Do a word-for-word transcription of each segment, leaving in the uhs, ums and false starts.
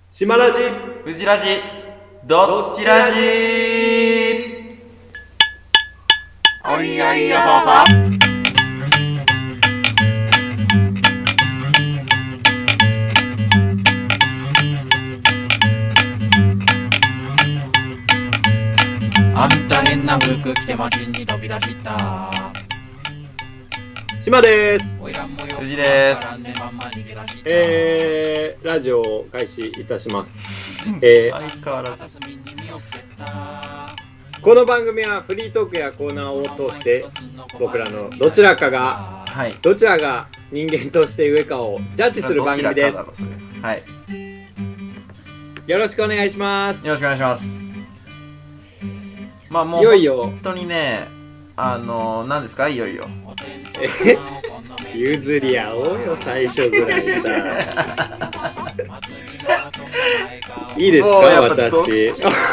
島ラジフジラジどっちラジおいおいよそうそうあんた変な服着て街に飛び出した島です。 藤です。 えー、ラジオを開始いたします。えー、 相変わらずこの番組はフリートークやコーナーを通して僕らのどちらかが、 はい、 どちらが人間として上かをジャッジする番組です。 はい、 よろしくお願いします。 よろしくお願いします。まあもういよいよ本当にね、あの何ですか、いよいよえ譲り合おうよ最初ぐらいさいいですか私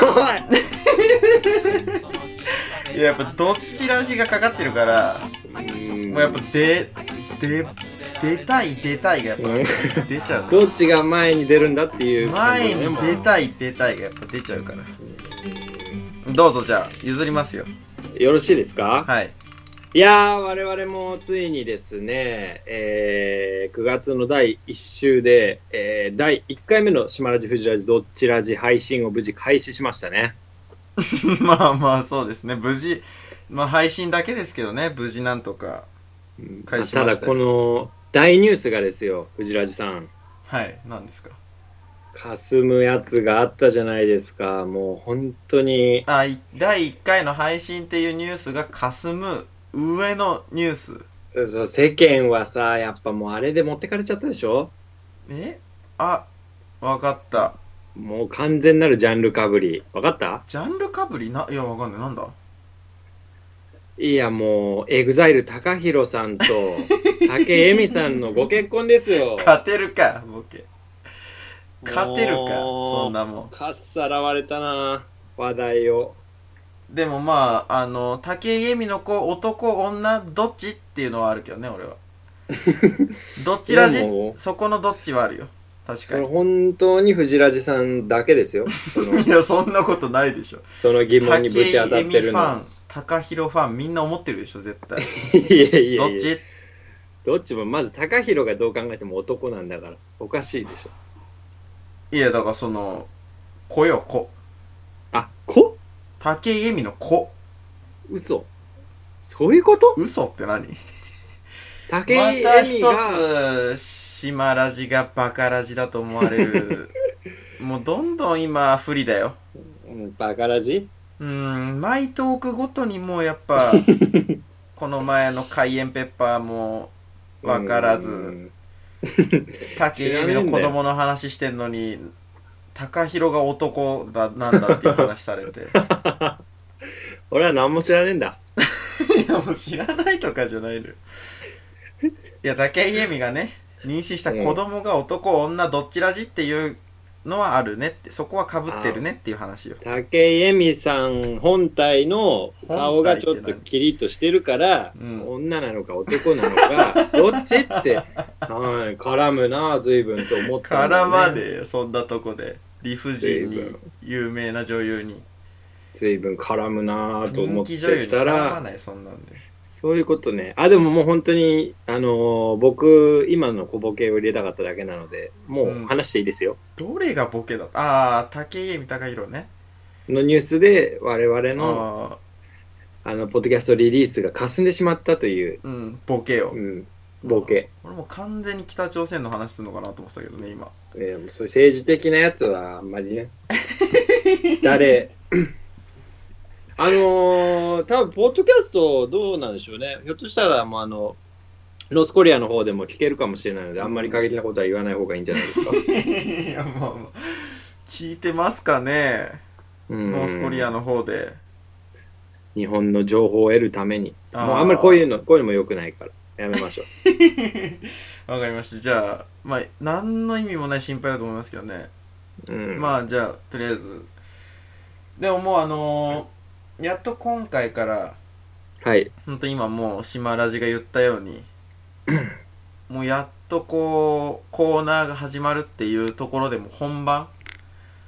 いや、やっぱどっちラジがかかってるからもうやっぱでで出たい出たいがやっぱ出ちゃうどっちが前に出るんだっていう前に出たい出たいがやっぱ出ちゃうから、どうぞ。じゃあ譲りますよ。 よろしいですか？ はい。 いやー、我々もついにですね、えー、くがつのだいいっ週で、えー、だいいっかいめの島ラジフジラジどっちラジ配信を無事開始しましたね。 まあまあそうですね、無事、まあ配信だけですけどね、無事なんとか開始しました、 ただこの大ニュースがですよ、フジラジさん。 はい、何ですか？ かすむやつがあったじゃないですか。もう本当にあ、だいいっかいの配信っていうニュースがかすむ上のニュース。 そう世間はさ、やっぱもうあれで持ってかれちゃったでしょ。 えあ、わかった。 もう完全なるジャンルかぶり。わかった？ ジャンルかぶりな、いやわかんない。なんだ？ いやもうエグザイル高弘さんと武恵美さんのご結婚ですよ。 勝てるかボケ、勝てるかそんなもん。 かっさらわれたな話題を。 でもまあ、あの武井絵美の子、男女どっちっていうのはあるけどね、俺はどっちラジ、そこのどっちはあるよ。確かに本当に藤ラジさんだけですよそのいやそんなことないでしょ。 その疑問にぶち当たってるの。 武井絵美ファン、高弘ファンみんな思ってるでしょ絶対いやいやいや、 どっちどっちもまず高弘がどう考えても男なんだからおかしいでしょ。 いやだからその子よ、子。 あ、子？ 武井絵美の子。 嘘。そういうこと？ 嘘って何？ 武井また一絵美がつ島ラジがバカラジだと思われるもうどんどん今不利だよ。 うん、バカラジ？ うーん、マイトークごとにもうやっぱこの前の海塩ペッパーも分からず、武井絵美の子供の話してんのに高弘が男だなんだっていう話されて俺は何も知らねえんだいやもう知らないとかじゃないのよ。いや武井絵美がね妊娠した子供が男、うん、女どっちラジっていうのはあるねって、そこは被ってるねっていう話よ。 武井絵美さん本体の顔がちょっとキリッとしてるから、うん、女なのか男なのかどっちって絡むな随分と思ったんだよね。 絡まねえよそんなとこで。理不尽に有名な女優に随分絡むなと思ってたら、人気女優に絡まないそんなんで。 そういうことね。あ、でももう本当に、あのー、僕、今の小ボケを入れたかっただけなので、もう話していいですよ。 うん、どれがボケだった？ああ、武井絵美高弘ね。 のニュースで、我々の、あ, あの、ポッドキャストリリースが霞んでしまったという。 うん、ボケを。 うん、ボケ。 俺も完全に北朝鮮の話するのかなと思ってたけどね、今。 えー、そういう政治的なやつは、あんまりね。誰、あのー、多分ポッドキャストどうなんでしょうね。ひょっとしたらもうあのノースコリアの方でも聞けるかもしれないので、あんまり過激なことは言わない方がいいんじゃないですか。 いやまあまあ聞いてますかね、ノースコリアの方で。 日本の情報を得るために。あもうあんまりこういうのこういうのも良くないからやめましょう。わかりました。じゃあまあ何の意味もない心配だと思いますけどね。うん、まあじゃあとりあえずでももうあのー。やっと今回からはい本当今もう島ラジが言ったようにもうやっとこうコーナーが始まるっていうところでも本番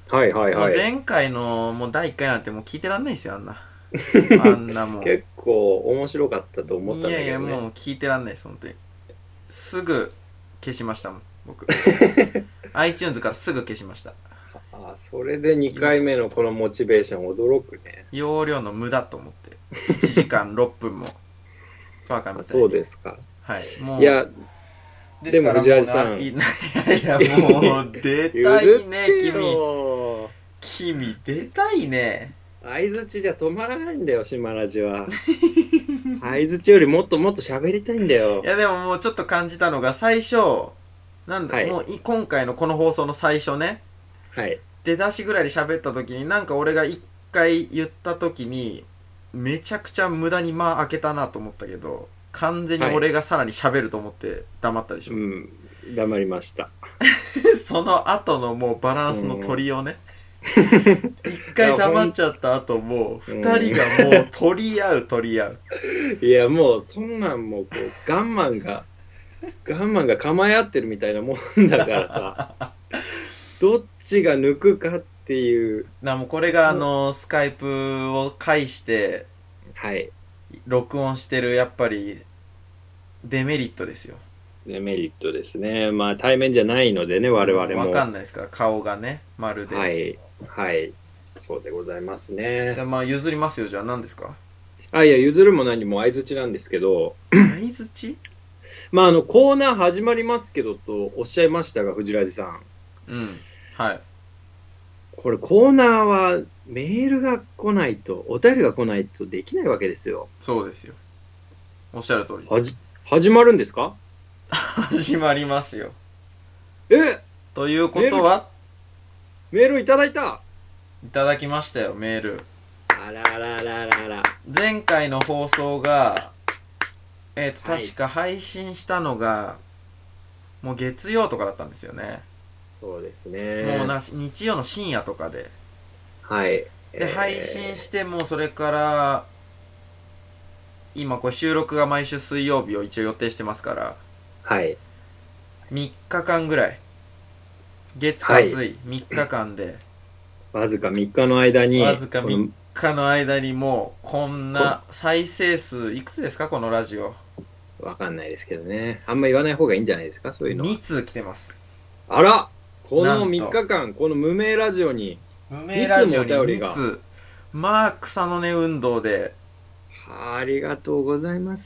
はいはいはい。 もう前回のもうだいいっかいなんてもう聞いてらんないですよ、あんな。あんなもん。 結構面白かったと思ったんだいやいや、 けどね。 もう聞いてらんないです、本当に。すぐ消しましたもん、僕。iTunes からすぐ消しました。 ああ、それでにかいめのこのモチベーション驚くね。 容量の無駄と思って。いちじかんろっぷんも。バカみたいに。 そうですか。 はい。もう。 いや、 でも藤原さん。いやいや、もう出たいね、君。君、出たいね。 相づちじゃ止まらないんだよ、島ラジは。相づちよりもっともっと喋りたいんだよ。 いや、でももうちょっと感じたのが、最初、なんだ、はい、もう今回のこの放送の最初ね。 はい。 出だしぐらいで喋った時に、なんか俺が一回言った時に、めちゃくちゃ無駄に間開けたなと思ったけど、完全に俺がさらに喋ると思って黙ったでしょ。 はい、うん。黙りました。 その後のもうバランスの取りをね。一回黙っちゃった後もう二人がもう取り合う取り合う。 いやもうそんなんもうこうガンマンがガンマンが構え合ってるみたいなもんだからさ。どっちが抜くかっていう。 なもうこれがあのスカイプを介してはい録音してるやっぱりデメリットですよ。 デメリットですね。まあ対面じゃないのでね、我々も分かんないですから、顔がねまるで。 はいはいそうでございますね。 でまあ譲りますよ。じゃあ何ですか。 あいや譲るも何も相づちなんですけど。 相づちまああのコーナー始まりますけどとおっしゃいましたが藤ラジさん。 うんはい。 これコーナーはメールが来ないとお便りが来ないとできないわけですよ。 そうですよ。おっしゃる通り。 はじ始まるんですか。 始まりますよ。 えということはメールいただいたいただきましたよメール。 あららららら。 前回の放送がえっと確か配信したのがもう月曜とかだったんですよね。 そうですね。 もうな日曜の深夜とかで。 はい。 で、えー、配信してもそれから今これ収録が毎週水曜日を一応予定してますから。 はい。 みっかかんぐらい。月火水、はい、みっかかんで。 わずかみっかの間に。 わずかみっかの間にもうこんな再生数いくつですかこのラジオ。 わかんないですけどね。あんま言わない方がいいんじゃないですかそういうのは。 に通来てます。 あらこのみっかかん、この無名ラジオに。 無名ラジオにに通。まあ草の根運動で。 ありがとうございます。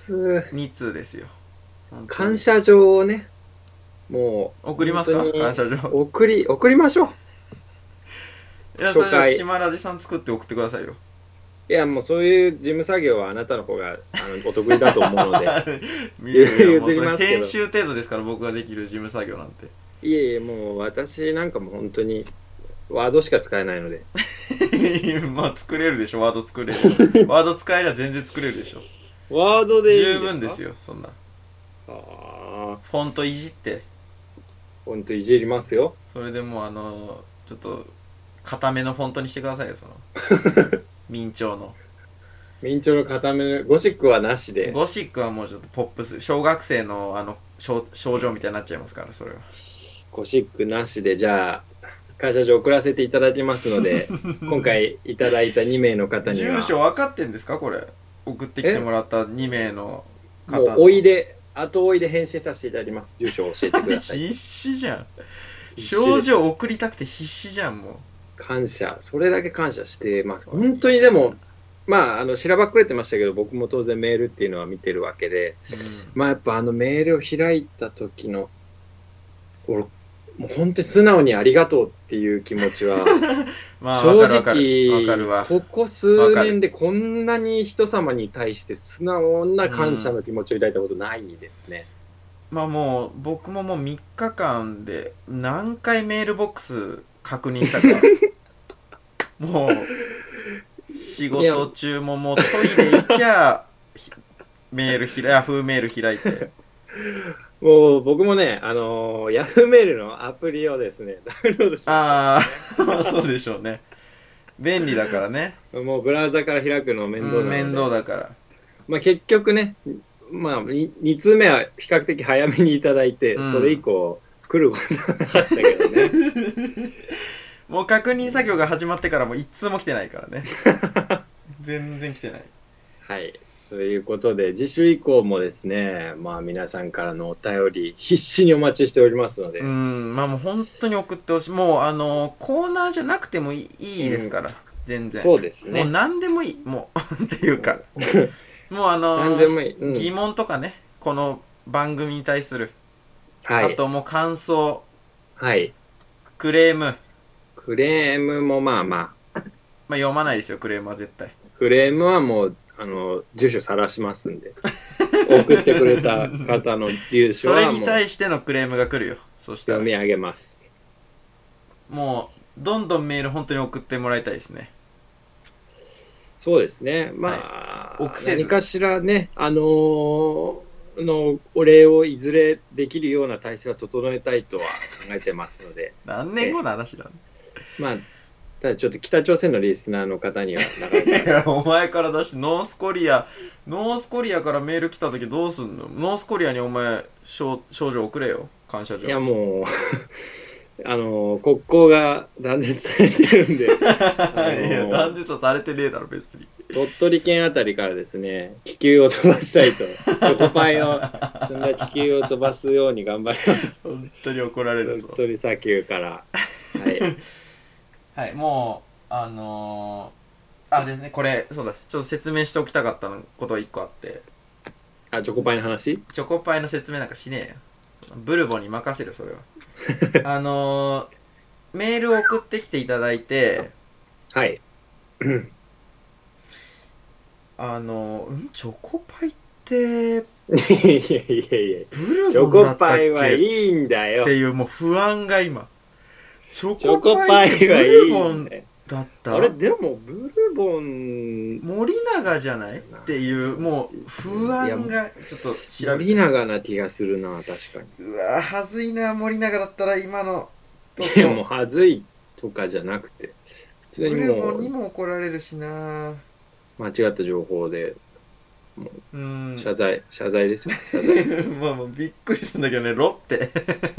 に通ですよ。 感謝状をね、もう送りますか感謝状。 送り、送りましょう。いや、それ島ラジさん作って送ってくださいよ。 いや、もうそういう事務作業はあなたの方があのお得意だと思うので。譲りますけど。 編集程度ですから僕ができる事務作業なんて。 いえいえ、もう私なんかも本当にワードしか使えないので。 まあ作れるでしょ、ワード作れる。ワード使えりゃ全然作れるでしょ。 ワードでいいですか？ 十分ですよ、そんな。あフォントいじって。 フォントいじりますよ。 それでもうあのちょっと固めのフォントにしてくださいよ、その明朝の。 明朝の固めのゴシックはなしで。 ゴシックはもうちょっとポップス、小学生のあの症状みたいになっちゃいますから、それは。 ゴシックなしで、じゃあ感謝状送らせていただきますので、今回いただいたに名の方には。 住所分かってんですかこれ。送ってきてもらったに名の方の。 もうおいで。後追いで返信させていただきます。住所を教えてください。 必死じゃん。症状送りたくて必死じゃん、もう。 感謝。それだけ感謝してます。本当にでも、まあ、あの、しらばっくれてましたけど、僕も当然メールっていうのは見てるわけで、うん、まあやっぱあのメールを開いた時の、俺、もう本当に素直にありがとうっていう気持ちは、まあ、正直、ここ数年でこんなに人様に対して素直な感謝の気持ちを抱いたことないですね。 うん、まあもう、僕ももうみっかかんで何回メールボックス確認したか。もう、仕事中ももうトイレ行きゃ、メール開、ヤフーメール開いて。 もう僕もね、あのー、ヤフーメールのアプリをですね、ダウンロードしました、ね。 ああ、そうでしょうね。便利だからね。 もうブラウザから開くの面倒なので。 面倒だから。 まあ結局ね、まあに通目は比較的早めにいただいて、うん、それ以降来ることはなかったけどね。 もう確認作業が始まってからもう一通も来てないからね。全然来てない。 はい。ということで、次週以降もですね、まあ皆さんからのお便り、必死にお待ちしておりますので。 うん、まあもう本当に送ってほしい。もうあの、コーナーじゃなくてもいい、いいですから、うん、全然。 そうですね。 もう何でもいい。もう、っていうか。もうあの何でもいい、うん、 疑問とかね、この番組に対する。 はい。 あともう感想。 はい。 クレーム。 クレームもまあまあ。 まあ読まないですよ、クレームは絶対。 クレームはもう、あの、住所晒しますんで。送ってくれた方の住所はもう。 それに対してのクレームが来るよ。そしたら。 読み上げます。 もう、どんどんメール本当に送ってもらいたいですね。 そうですね。まあ、はい、何かしらね、あのー、のお礼をいずれできるような体制は整えたいとは考えてますので。 何年後の話なの？ まあ、ただちょっと北朝鮮のリスナーの方にはなかなか。 いや、お前から出してノースコリア、ノースコリアからメール来た時どうすんの？ノースコリアにお前、少女送れよ。感謝状。 いやもう、あの、国交が断絶されてるんで。あのいや、断絶はされてねえだろ、別に。 鳥取県あたりからですね、気球を飛ばしたいと、チョコパイのそんな気球を飛ばすように頑張ります。 本当に怒られるぞ。 鳥取砂丘から。はい。 はい、もう、あのー、あ、ですね、これ、そうだ、ちょっと説明しておきたかったのことが一個あって。 あ、チョコパイの話？ チョコパイの説明なんかしねえよ。ブルボンに任せる、それは。あのー、メールを送ってきていただいて、 はい。 あのー、んチョコパイって、 いやいやいや、 ブルボンだったっけ？ チョコパイはいいんだよ。 っていうもう不安が今。 チョコパイってブルボンだった？ あれでもブルボン森永じゃないっていうもう不安がちょっと調べて。 森永な気がするな、確かに。 うわはずいな、森永だったら今のとこ。いやもうはずいとかじゃなくて普通にもうブルボンにも怒られるしな。 間違った情報でもう、うん、謝罪謝罪ですよ、謝罪。 まあもうびっくりするんだけどね、ロッテ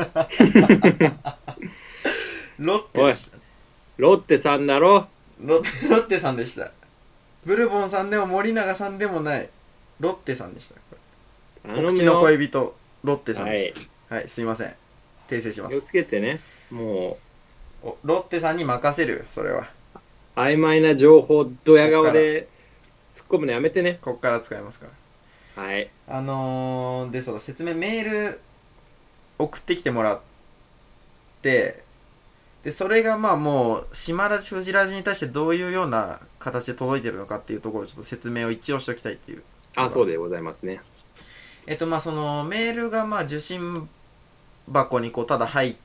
ロッテでしたね。 ロッテさんだろ。 ロッテ、ロッテさんでした。ブルボンさんでも森永さんでもないロッテさんでした。お口の恋人ロッテさんでした。はい、はい、すいません、訂正します。 気をつけてね。もうロッテさんに任せる。それは曖昧な情報ドヤ顔で突っ込むのやめてね。 こっから使いますから。はい。 あのー、でその説明メール送ってきてもらって、でそれがまあもう島ラジフジラジに対してどういうような形で届いてるのかっていうところをちょっと説明を一応しておきたいっていう。 あ、そうでございますね。 えっとまあそのメールがまあ受信箱にこうただ入って、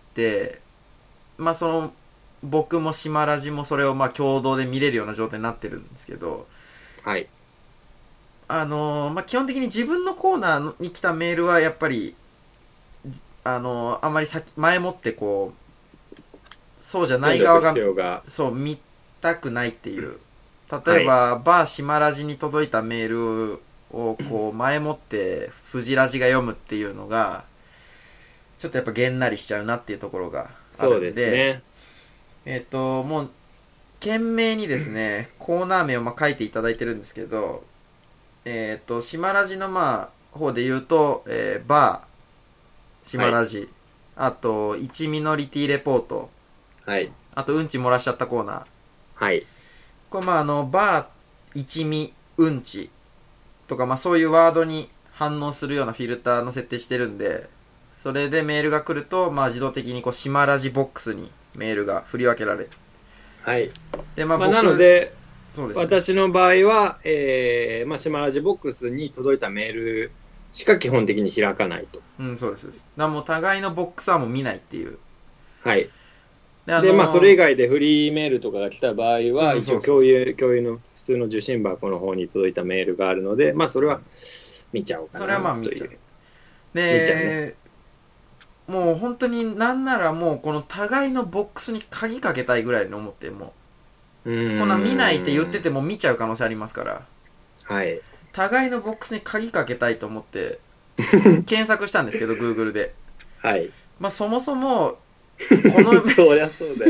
まあその僕も島ラジもそれをまあ共同で見れるような状態になってるんですけど、 はい。 あのー、まあ基本的に自分のコーナーに来たメールはやっぱりあのー、あんまり先前もってこうそうじゃない側がそう見たくないっていう。例えば、はい、バー島ラジに届いたメールをこう前もってフジラジが読むっていうのがちょっとやっぱげんなりしちゃうなっていうところがあるんで、そうですね。えっともう懸命にですねコーナー名をまあ書いていただいてるんですけど、えっと島ラジのまあ方で言うと、えー、バー島ラジ、はい、あといちミノリティレポート、 はい、 あとうんち漏らしちゃったコーナー、 はい、 これまああのバー一味うんちとかまあそういうワードに反応するようなフィルターの設定してるんで、それでメールが来るとまあ自動的にこう島ラジボックスにメールが振り分けられる。 はい。 でまあ、 まあ、なので、 そうですね、 私の場合は、えーまあ、島ラジボックスに届いたメールしか基本的に開かないと。 うん、そうですそうです。だからもう互いのボックスはもう見ないっていう。 はい。で、あのー、まあそれ以外でフリーメールとかが来た場合は、うん、一応共有共有の普通の受信箱の方に届いたメールがあるので、まあそれは見ちゃおうかなという。 それはまあ見ちゃう。で、見ちゃうね。もう本当になんならもうこの互いのボックスに鍵かけたいぐらいに思って、もう、うーん、こんな見ないって言ってても見ちゃう可能性ありますから、 はい。 互いのボックスに鍵かけたいと思って検索したんですけどGoogle で、 はい。 まあそもそもこのそりゃそうだよ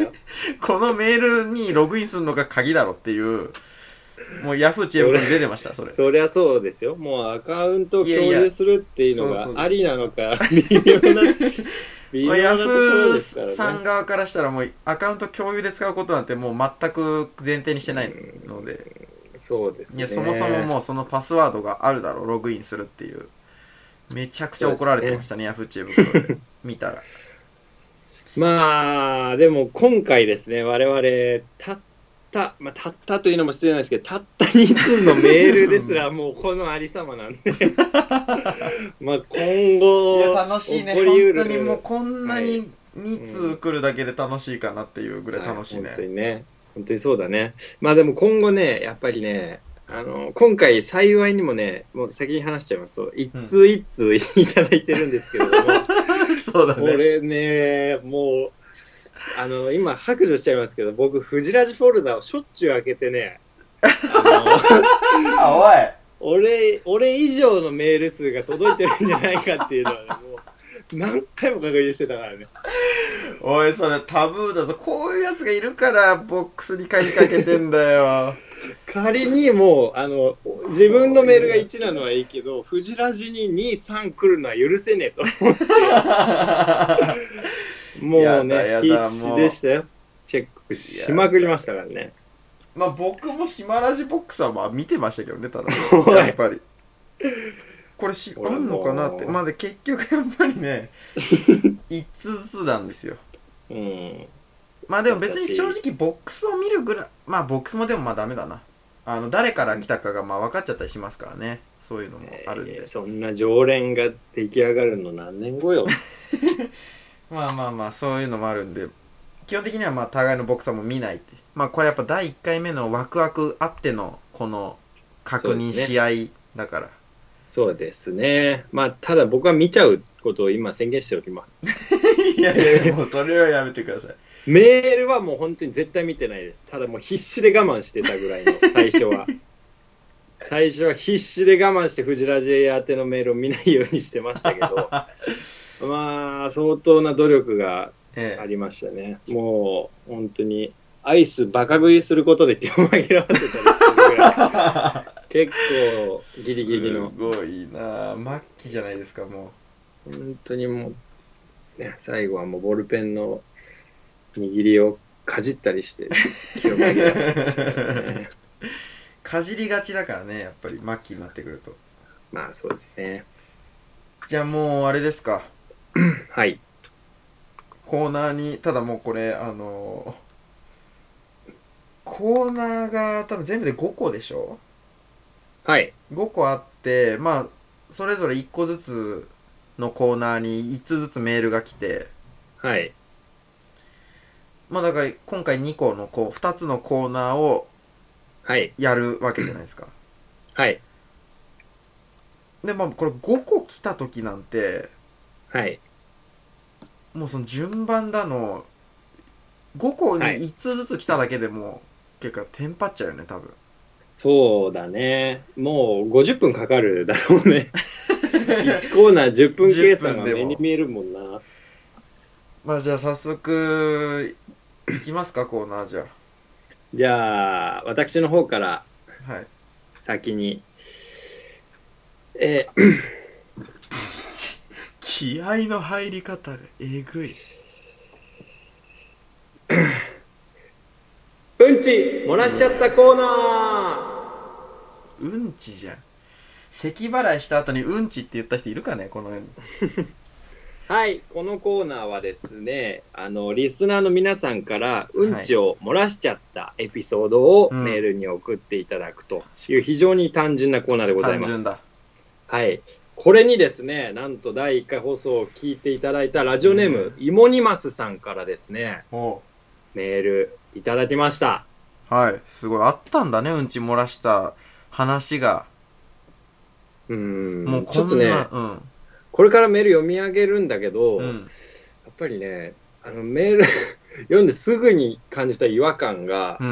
このメールにログインするのが鍵だろっていう、もうヤフー知恵袋に出てました、それ。 そりゃそうですよ。もうアカウントを共有するっていうのいやいやそうそうですがありなのか、微妙な、微妙ヤなところフですからね。 ーさん側からしたらもうアカウント共有で使うことなんてもう全く前提にしてないので、 そうですね。 いや、そもそももうそのパスワードがあるだろう、ログインするっていう。めちゃくちゃ怒られてましたね、ヤフー知恵袋で。見たら。 まあ、でも今回ですね、我々、たった、まあ、たったというのも失礼なんですけど、たったに通のメールですら、もうこのありさまなんで、まあ今後、 いや、楽しいね。 起こりうる本当にもうこんなにに通来るだけで楽しいかなっていうぐらい楽しいね。 はい、本当にね。本当にそうだね。まあでも今後ね、やっぱりね、あの、今回幸いにもね、もう先に話しちゃいますと、一通一通いただいてるんですけれども、 そうだね。 これね、もう、あの、今白状しちゃいますけど、僕、フジラジフォルダをしょっちゅう開けてね、あのおい俺、俺以上のメール数が届いてるんじゃないかっていうのはね、もう、何回も確認してたからね。 おい、それタブーだぞ。こういうやつがいるからボックスに鍵かけてんだよ。 仮にもう、あの、自分のメールがいちなのはいいけど、フジラジにに、さん来るのは許せねえと思って。もうやだね、 やだ必死でしたよ。チェックしまくりましたからね。 まあ僕も島ラジボックスはまあ見てましたけどね、ただ。 おいやっぱり。これし、 俺もあんのかなって。まあで結局やっぱりね、いつつずつなんですよ。 うん。 まあでも別に正直ボックスを見るぐらい、まあボックスもでもまあダメだな。あの、誰から来たかがまあ分かっちゃったりしますからね。そういうのもあるんで。 えーそんな常連が出来上がるの何年後よ。 まあまあまあ、そういうのもあるんで、基本的にはまあ互いのボクサーも見ないって。まあこれやっぱだいいっかいめのワクワクあってのこの確認試合だから。 そうですね。まあ、ただ僕は見ちゃうことを今宣言しておきます。 いやいや、もうそれはやめてください。 メールはもう本当に絶対見てないです。ただもう必死で我慢してたぐらいの、最初は。最初は必死で我慢してフジラジ宛てのメールを見ないようにしてましたけど、まあ、相当な努力がありましたね。ええ、もう、本当に、アイスバカ食いすることで手を紛らわせたりするぐらい、結構ギリギリの。 すごいなぁ。末期じゃないですか、もう。本当にもう、ね、最後はもうボールペンの握りをかじったりして、気を紛らわせましたね。 かじりがちだからね、やっぱり末期になってくると。 まあ、そうですね。 じゃあもう、あれですか。 はい。 コーナーに、ただもうこれ、あのー、コーナーが多分全部でごこでしょ？ はい。 ごこあって、まあ、それぞれいっこずつのコーナーにいっつずつメールが来て、 はい。 まあだから今回にこのこう、ふたつのコーナーをやるわけじゃないですか。 はい。 で、まあこれごこ来た時なんて、 はい。 もうその順番だの、ごこにいっつずつ来ただけでも、結構テンパっちゃうよね、多分。 そうだね。もうごじゅっぷんかかるだろうね。いちコーナーじゅっぷん計算が目に見えるもんな。 まあじゃあ早速、いきますか、コーナーじゃあ。 じゃあ、私の方からはい。 先に。えー、 気合の入り方がえぐい。 うんち漏らしちゃったコーナー。うんちじゃん。咳払いした後にうんちって言った人いるかね、この世に。 はい、このコーナーはですね、あのリスナーの皆さんからうんちを漏らしちゃったエピソードをメールに送っていただくという非常に単純なコーナーでございます。 単純だ。 はい。これにですね、なんとだいいっかい放送を聞いていただいたラジオネーム、イモニマスさんからですね、メールいただきました。 はい。すごい。あったんだね、うんち漏らした話が。 うーん。 もうこんな、 ちょっとね、うん、これからメール読み上げるんだけど、うん、やっぱりね、あのメール読んですぐに感じた違和感が、うん、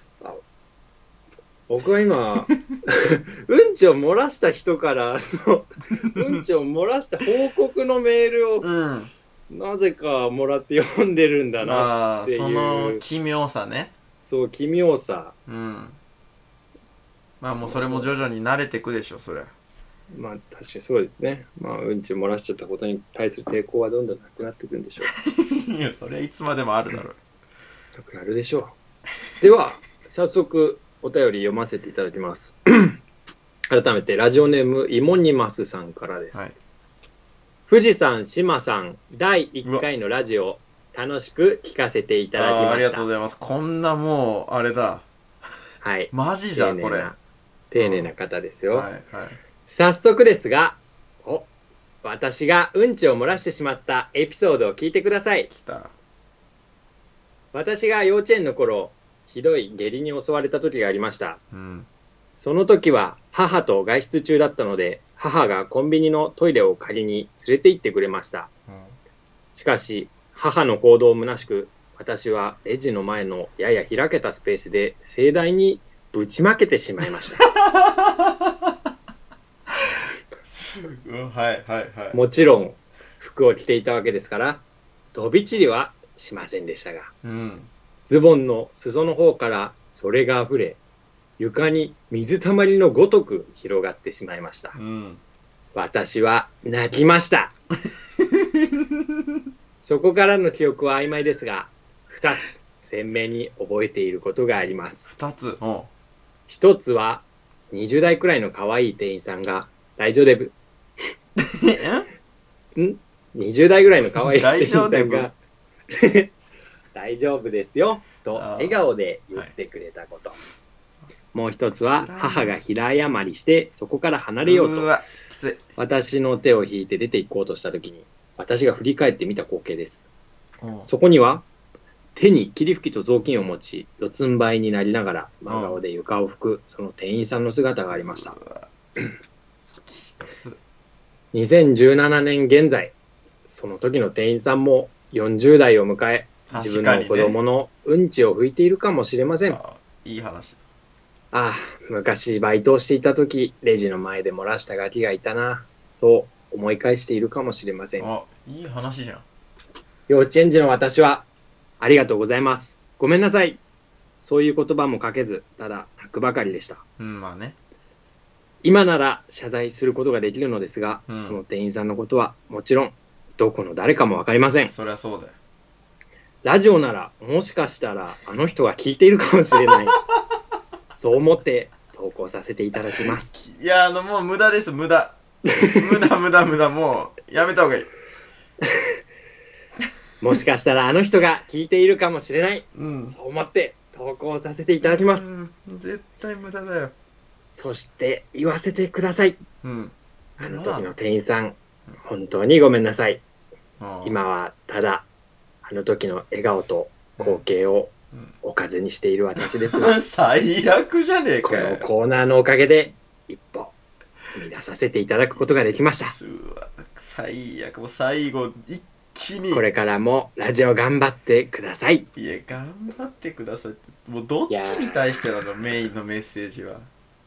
僕は今、うんちを漏らした人からのうんちを漏らした報告のメールをなぜかもらって読んでるんだなああっていう。 その奇妙さね。 そう奇妙さ。 うんまあもうそれも徐々に慣れてくでしょそれ。 まあ確かにそうですね。まあうんち漏らしちゃったことに対する抵抗はどんどんなくなってくるんでしょう。 いやそれいつまでもあるだろう。 なくなるでしょう。では早速お便り読ませていただきます。改めてラジオネームイモニマスさんからです。 はい、 富士山島さんだいいっかいのラジオ楽しく聞かせていただきました。 あ, ありがとうございます。こんなもうあれだ。 はい、 マジじゃんこれ。 丁寧な方ですよ。 はいはい、 早速ですが、お私がうんちを漏らしてしまったエピソードを聞いてください。 来た。 私が幼稚園の頃、ひどい下痢に襲われた時がありました。 うん、 その時は母と外出中だったので、母がコンビニのトイレを借りに連れて行ってくれました。 うん、 しかし、母の行動虚しく、私はレジの前のやや開けたスペースで盛大にぶちまけてしまいました。 すごい。はいはいはい。 もちろん服を着ていたわけですから飛び散りはしませんでしたが、 うん、 ズボンの裾の方からそれがあふれ床に水たまりのごとく広がってしまいました。 うん、 私は泣きました。そこからの記憶は曖昧ですがふたつ鮮明に覚えていることがあります。 ふたつ。おひとつはにじゅう代くらいの可愛い店員さんが大丈夫んにじゅう代ぐらいの可愛い店員さんが大丈夫ですよと笑顔で言ってくれたこと、はい、もう一つは母が平謝りしてそこから離れようとうわきつい私の手を引いて出て行こうとした時に私が振り返ってみた光景です。 おそこには手に霧吹きと雑巾を持ち四つん這いになりながら真顔で床を拭くその店員さんの姿がありました。にせんじゅうななねん現在その時の店員さんもよんじゅう代を迎え、自分の子供のうんちを拭いているかもしれません。 あいい話。 ああ昔バイトをしていた時レジの前で漏らしたガキがいたな、そう思い返しているかもしれません。 あいい話じゃん。 幼稚園児の私はありがとうございます、ごめんなさい、そういう言葉もかけずただ泣くばかりでした。 うんまあね。 今なら謝罪することができるのですが、うん、その店員さんのことはもちろんどこの誰かも分かりません。 そりゃそうだよ。 ラジオならもしかしたらあの人が聞いているかもしれないそう思って投稿させていただきます。 いやあのもう無駄です無駄無駄無駄無駄もうやめた方がいいもしかしたらあの人が聞いているかもしれない、 うん、 そう思って投稿させていただきます。 うん絶対無駄だよ。 そして言わせてください、 うん、 あの時の店員さん本当にごめんなさい。 あ今はただあの時の笑顔と光景をおかずにしている私ですが、 うん、最悪じゃねえかよ。 このコーナーのおかげで一歩踏み出させていただくことができました。 うわ最悪。もう最後一気にこれからもラジオ頑張ってください。 いや頑張ってくださいってもうどっちに対してなのメインのメッセージは。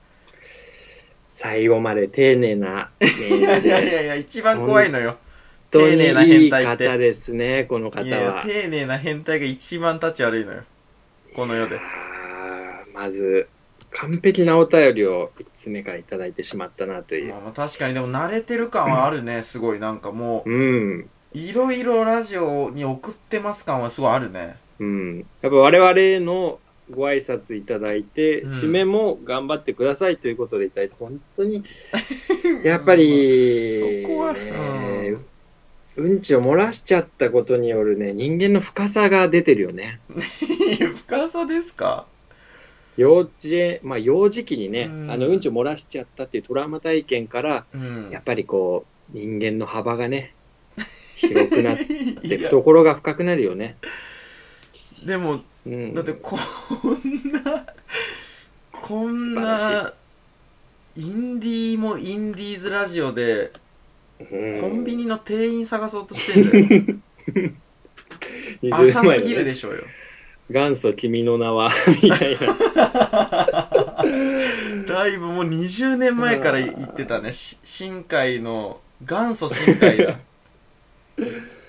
最後まで丁寧なメールでいやいやいや一番怖いのよ。 丁寧な変態っていい方ですねこの方は。 いや丁寧な変態が一番立ち悪いのよこの世で。 あまず完璧なお便りをいつつめからいただいてしまったなという、 まあ、まあ確かにでも慣れてる感はあるね、うん、すごいなんかもう、 うん、 いろいろラジオに送ってます感はすごいあるね。 うん、やっぱ我々のご挨拶いただいて、うん、締めも頑張ってくださいということでいただいて本当にやっぱりそこは、 ね、うん、うんちを漏らしちゃったことによるね人間の深さが出てるよね深さですか。 幼稚園まあ幼児期にね、 うん、 あのうんちを漏らしちゃったっていうトラウマ体験から、うん、やっぱりこう人間の幅がね広くなって懐が深くなるよね。 でも、うん、だってこんなこんなインディーもインディーズラジオで、うん、コンビニの店員探そうとしてんだよ浅すぎるでしょうよ。 元祖君の名はみたいなだいぶもうにじゅうねんまえから言ってたね。新海の元祖新海だ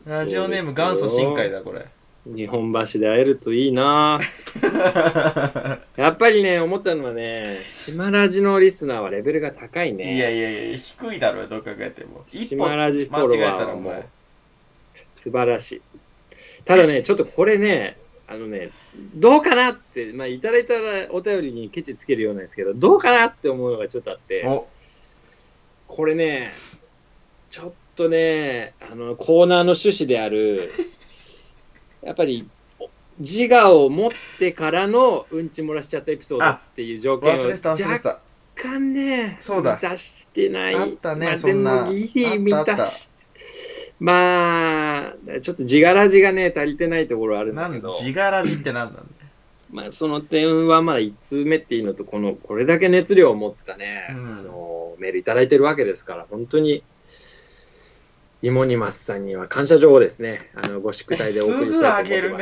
ラジオネーム元祖深海だこれ。 日本橋で会えるといいなやっぱりね思ったのはね、島ラジのリスナーはレベルが高いね。 いやいやいや低いだろどう考えても。 島ラジフォロワーはもう素晴らしい。ただねちょっとこれねあのねどうかなって、まあ、いただいたらお便りにケチつけるようなんですけど、どうかなって思うのがちょっとあって、これねちょっとねあのコーナーの趣旨であるやっぱり自我を持ってからのうんち漏らしちゃったエピソードっていう条件を若干ねそうだ満たしてない。 あったね、 まあ、 そんなでもギリ満たしまあちょっと自我ラジがね足りてないところあるんだけど、 なん自我ラジって何なんだよまあその点はまあいち通目っていうのとこのこれだけ熱量を持ったね、 うん、 あのメールいただいてるわけですから本当にイモニマスさんには感謝状をですねあのご宿題でお送りしたいと思います。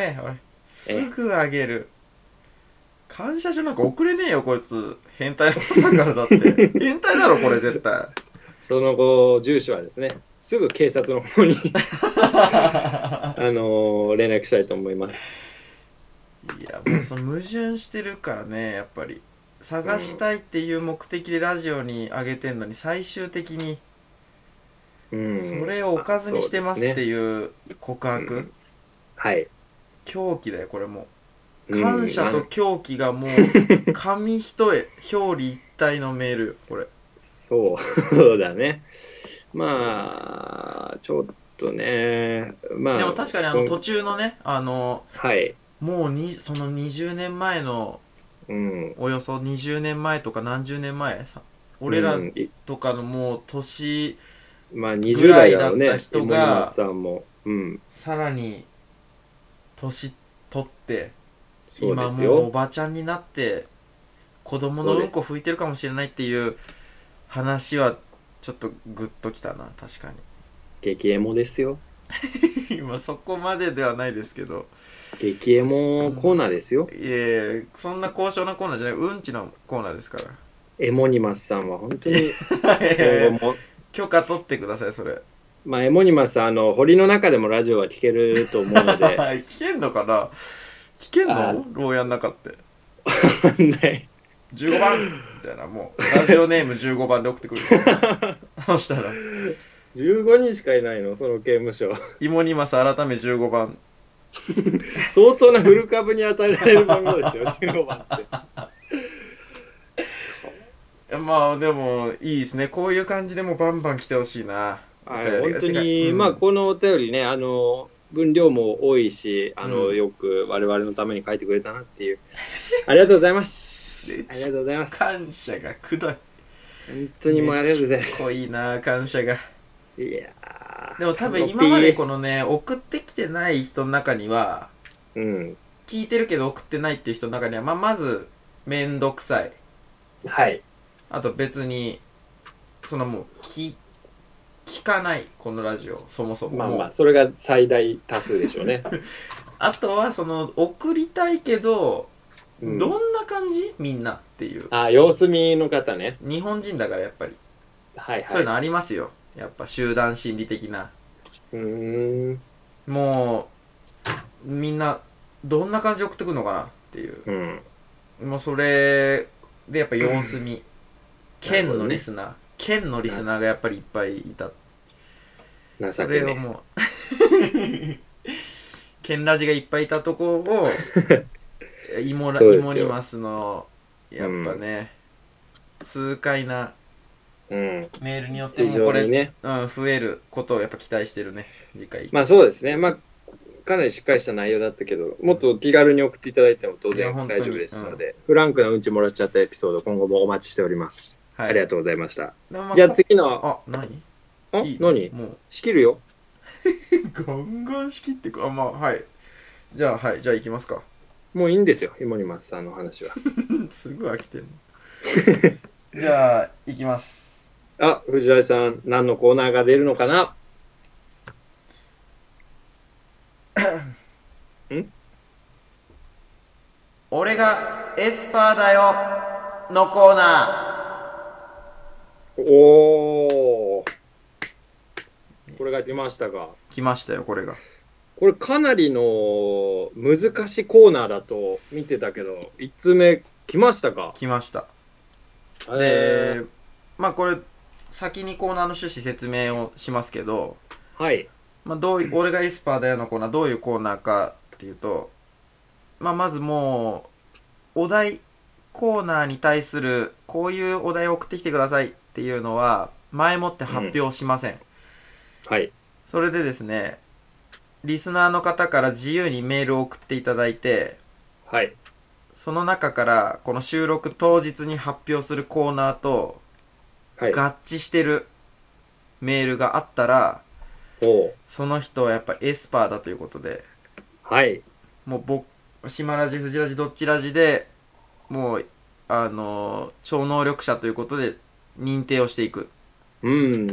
すぐあげるね、すぐあげる。感謝状なんか送れねえよこいつ変態なんだからだって変態だろこれ絶対。 その後住所はですねすぐ警察の方にあの連絡したいと思います。 いやもうその矛盾してるからねやっぱり探したいっていう目的でラジオに上げてんのに最終的にそれをおかずにしてますっていう告白、うん、 はい狂気だよこれもう感謝と狂気がもう紙一重表裏一体のメールこれ。 そうだねまあちょっとねまあでも確かにあの途中のねあのはいもうにそのにじゅうねんまえの、うん、およそにじゅうねんまえとか何十年前さ俺らとかのもう年まあにじゅう代だった人が、 さんもうん、 さらに年取って今もうおばちゃんになって子供のうんこ拭いてるかもしれないっていう話はちょっとグッときたな確かに。 激エモですよ今そこまでではないですけど激エモコーナーですよ、 うん、いやいやそんな高尚なコーナーじゃないうんちのコーナーですから。 エモニマスさんは本当に許可取ってくださいそれ。 まあエモニマスさんあの堀の中でもラジオは聞けると思うので聞けんのかな聞けんの牢屋の中ってわかんないじゅうごばんみたいなもうラジオネームじゅうごばんで送ってくるそしたらじゅうごにんしかいないのその刑務所。 イモニマス改めじゅうごばん相当なフル株に与えられる番号ですよじゅうごばんってまあでもいいですねこういう感じでもバンバン来てほしいな。 はい、本当に、うん、まあこのお便りねあの分量も多いしあの、うん、よく我々のために書いてくれたなっていうありがとうございますありがとうございます。 感謝がくどい本当にもうありがとうございます。 濃いな感謝が。 いやでも多分今までこのね送ってきてない人の中には、うん、聞いてるけど送ってないっていう人の中には、まあ、まずめんどくさい、 はい、 あと別にそのもう聞聞かないこのラジオそもそもまあまあそれが最大多数でしょうねあとはその送りたいけど、うん、どんな感じみんなっていうあ様子見の方ね。 日本人だからやっぱり、 はいはい、 そういうのありますよやっぱ集団心理的な。 うーんもうみんなどんな感じで送ってくるのかなっていう、うん、もうそれでやっぱ様子見、うん、県のリスナー、ね、県のリスナーがやっぱりいっぱいいた。それをもう県ラジがいっぱいいたとこをイモライモニマスのやっぱね、うん、痛快なうん、メールによってもこれ、ねうん、増えることをやっぱ期待してるね次回。 まあそうですねまあかなりしっかりした内容だったけどもっと気軽に送っていただいても当然大丈夫ですので、うん、フランクなうんちもらっちゃったエピソード今後もお待ちしております、はい、ありがとうございました。じゃあ次のあ何あいい何もう仕切るよガンガン仕切ってくあまあはいじゃあはいじゃあ行きますか。 もういいんですよイモニマスさんの話はすぐ飽きてんのじゃあ行きます。 あ、藤原さん、何のコーナーが出るのかなん俺がエスパーだよのコーナー。おー。これが出ましたか。 来来ましたよ、これが。 これかなりの難しいコーナーだと見てたけど、いちつめ来ましたか？ 来ました。 えで、まあこれ、先にコーナーの趣旨説明をしますけど、 ー、はい。 まあどういう、俺がエスパーだよのコーナー、どういうコーナーかっていうと、まあまずもう、お題、コーナーに対する、こういうお題を送ってきてくださいっていうのは、前もって発表しません。 うん、はい。 それでですね、リスナーの方から自由にメールを送っていただいて、 はい。 その中からこの収録当日に発表するコーナーとはい。 合致してるメールがあったら、 おう。 その人はやっぱエスパーだということで、 はい。 もう僕、島ラジ、藤ラジ、どっちラジで、もう、あのー超能力者ということで認定をしていく。 うん。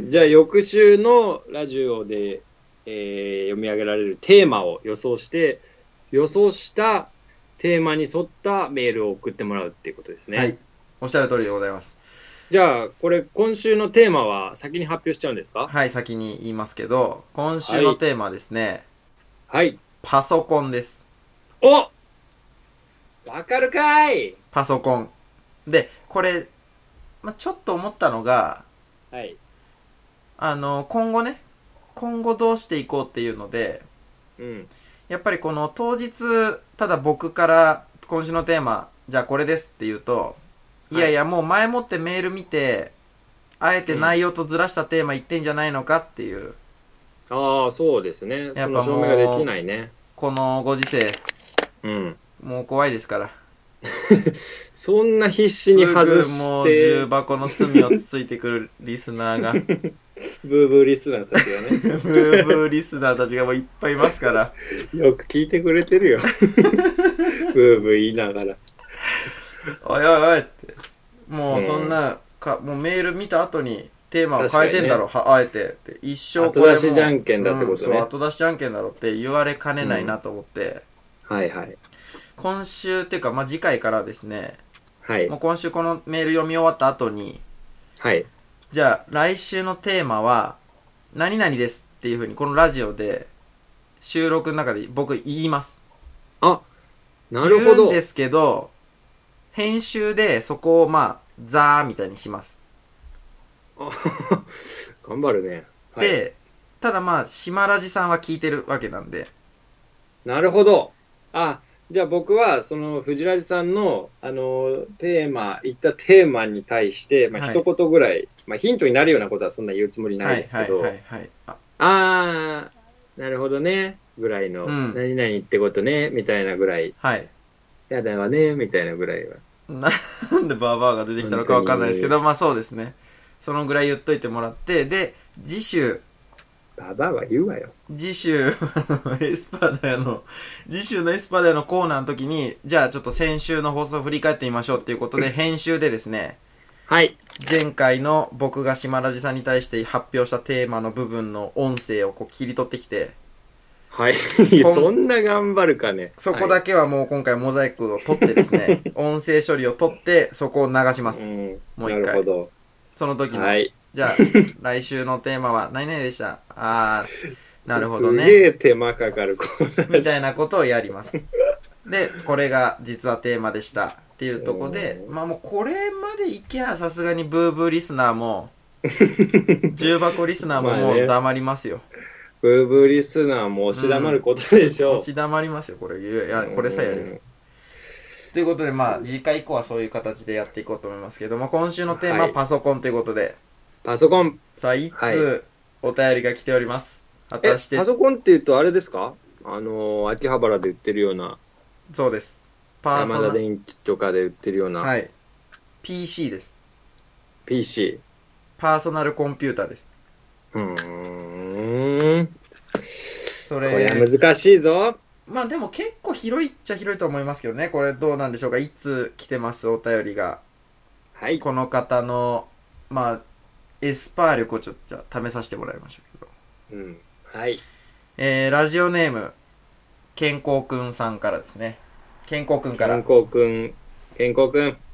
じゃあ、翌週のラジオで、えー読み上げられるテーマを予想して、予想したテーマに沿ったメールを送ってもらうっていうことですね。 はい。おっしゃる通りでございます。 じゃあ、これ、今週のテーマは先に発表しちゃうんですか？ はい、先に言いますけど、今週のテーマはですね、 はい。 パソコンです。 おわかるかい？ パソコン。で、これ、まあ、ちょっと思ったのが、 はい。 あの、今後ね、今後どうしていこうっていうので、 うん。 やっぱりこの当日、ただ僕から今週のテーマ、じゃあこれですって言うと、いやいやもう前もってメール見て、あえて内容とずらしたテーマ言ってんじゃないのかっていう、 ああ、そうですね。 やっぱもうその証明ができないね。 このご時世、 うん。 もう怖いですから。 そんな必死に外すぐもうして重、箱の隅をつついてくるリスナーが、ブブーブーリスナーたちがね、 ーブーリスナーたちがもういっぱいいますから、 よく聞いてくれてるよ。ブーブー言いながら。 おいおいおいって、もうそんな、かもうメール見た後にテーマを変えてんだろ、はあえてって一生これも後出しじゃんけんだってことね。 うん、そう後出しじゃんけんだろって言われかねないなと思って、 うん、はいはい。 今週っていうか、まあ、次回からですね、 はい。 もう今週このメール読み終わった後に、 はい。 じゃあ来週のテーマは何々ですっていう風にこのラジオで収録の中で僕言います。 あ、なるほど。 言うんですけど、編集でそこをまあ、ザーみたいにします。 あ頑張るね。はい、 で、ただまあ、島ラジさんは聞いてるわけなんで。 なるほど。あ、じゃあ僕は、その、藤ラジさんの、あの、テーマ、言ったテーマに対して、まあ、 はい一言ぐらい、まあ、ヒントになるようなことはそんな言うつもりないですけど、 はいはいはい、はい。ああー、なるほどね、ぐらいの、 うん何々ってことね、みたいなぐらい、 はい。 やだわね、みたいなぐらいは。 なんでバーバーが出てきたのかわかんないですけど、まあそうですね。そのぐらい言っといてもらって、で、次週、 ババアは言うわよ。 次週、エスパーダヤの、次週のエスパーダヤのコーナーの時に、じゃあちょっと先週の放送を振り返ってみましょうっていうことで、編集でですね、 はい。 前回の僕が島ラジさんに対して発表したテーマの部分の音声をこう切り取ってきて、 はい。そんな頑張るかね。 そこだけはもう今回モザイクを取ってですね、音声処理を取ってそこを流します。 うん、 もう一回なるほど。 その時の。 はい。 じゃあ、来週のテーマは何々でした。あー、なるほどね。 すげえ手間かかるコーナー。 みたいなことをやります。で、これが実はテーマでしたっていうとこで、まあもうこれまでいけばさすがにブーブーリスナーも、重箱リスナーももう黙りますよ。 ブーブーリスナーも押し黙ることでしょう。 押し黙りますよ、これ。いや、これさえやるよ。ということで、まあ、次回以降はそういう形でやっていこうと思いますけど、まあ、今週のテーマはパソコンということで、 パソコン。 さあ、いはい、 つお便りが来ております。果たして。 え、パソコンって言うとあれですか？あのー、秋葉原で売ってるような。 そうです。パーソナ山田電機とかで売ってるような。 はい。ピーシー です。 ピーシー。パーソナルコンピューターです。 うーん。 それ。 これは難しいぞ。 まあでも結構広いっちゃ広いと思いますけどね。これどうなんでしょうか。いつ来てますお便りが。 はい。 この方の、まあ、エスパー力をちょっとじゃあ試させてもらいましょうけど。うん。はい。 えー、ラジオネーム、健康くんさんからですね。健康くんから。 健康くん。健康くん。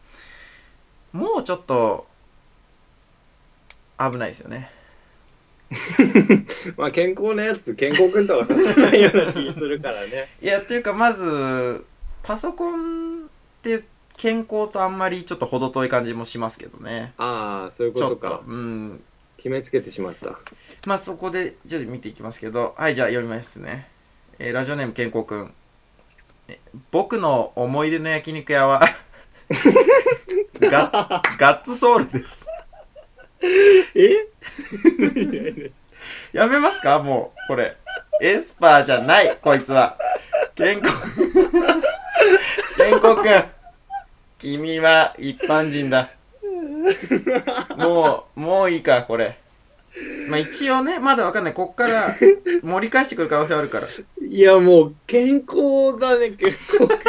もうちょっと、危ないですよね。 まあ健康なやつ、健康くんとは刺さないような気するからね。 いや、っていうか、まず、パソコンって健康とあんまりちょっと程遠い感じもしますけどね。 ああ、そういうことか。 ちょっと、うん。 決めつけてしまった。 まあそこで、ちょっと見ていきますけど、はい、じゃあ読みますね。えー、ラジオネーム健康くん。僕の思い出の焼肉屋はガ、ガッツソウルです。 えやめますかもう、これ。エスパーじゃない、こいつは。健康、健康くん。君は一般人だ。もう、もういいか、これ。まあ一応ね、まだわかんない。こっから盛り返してくる可能性あるから。 いや、もう健康だね、健康く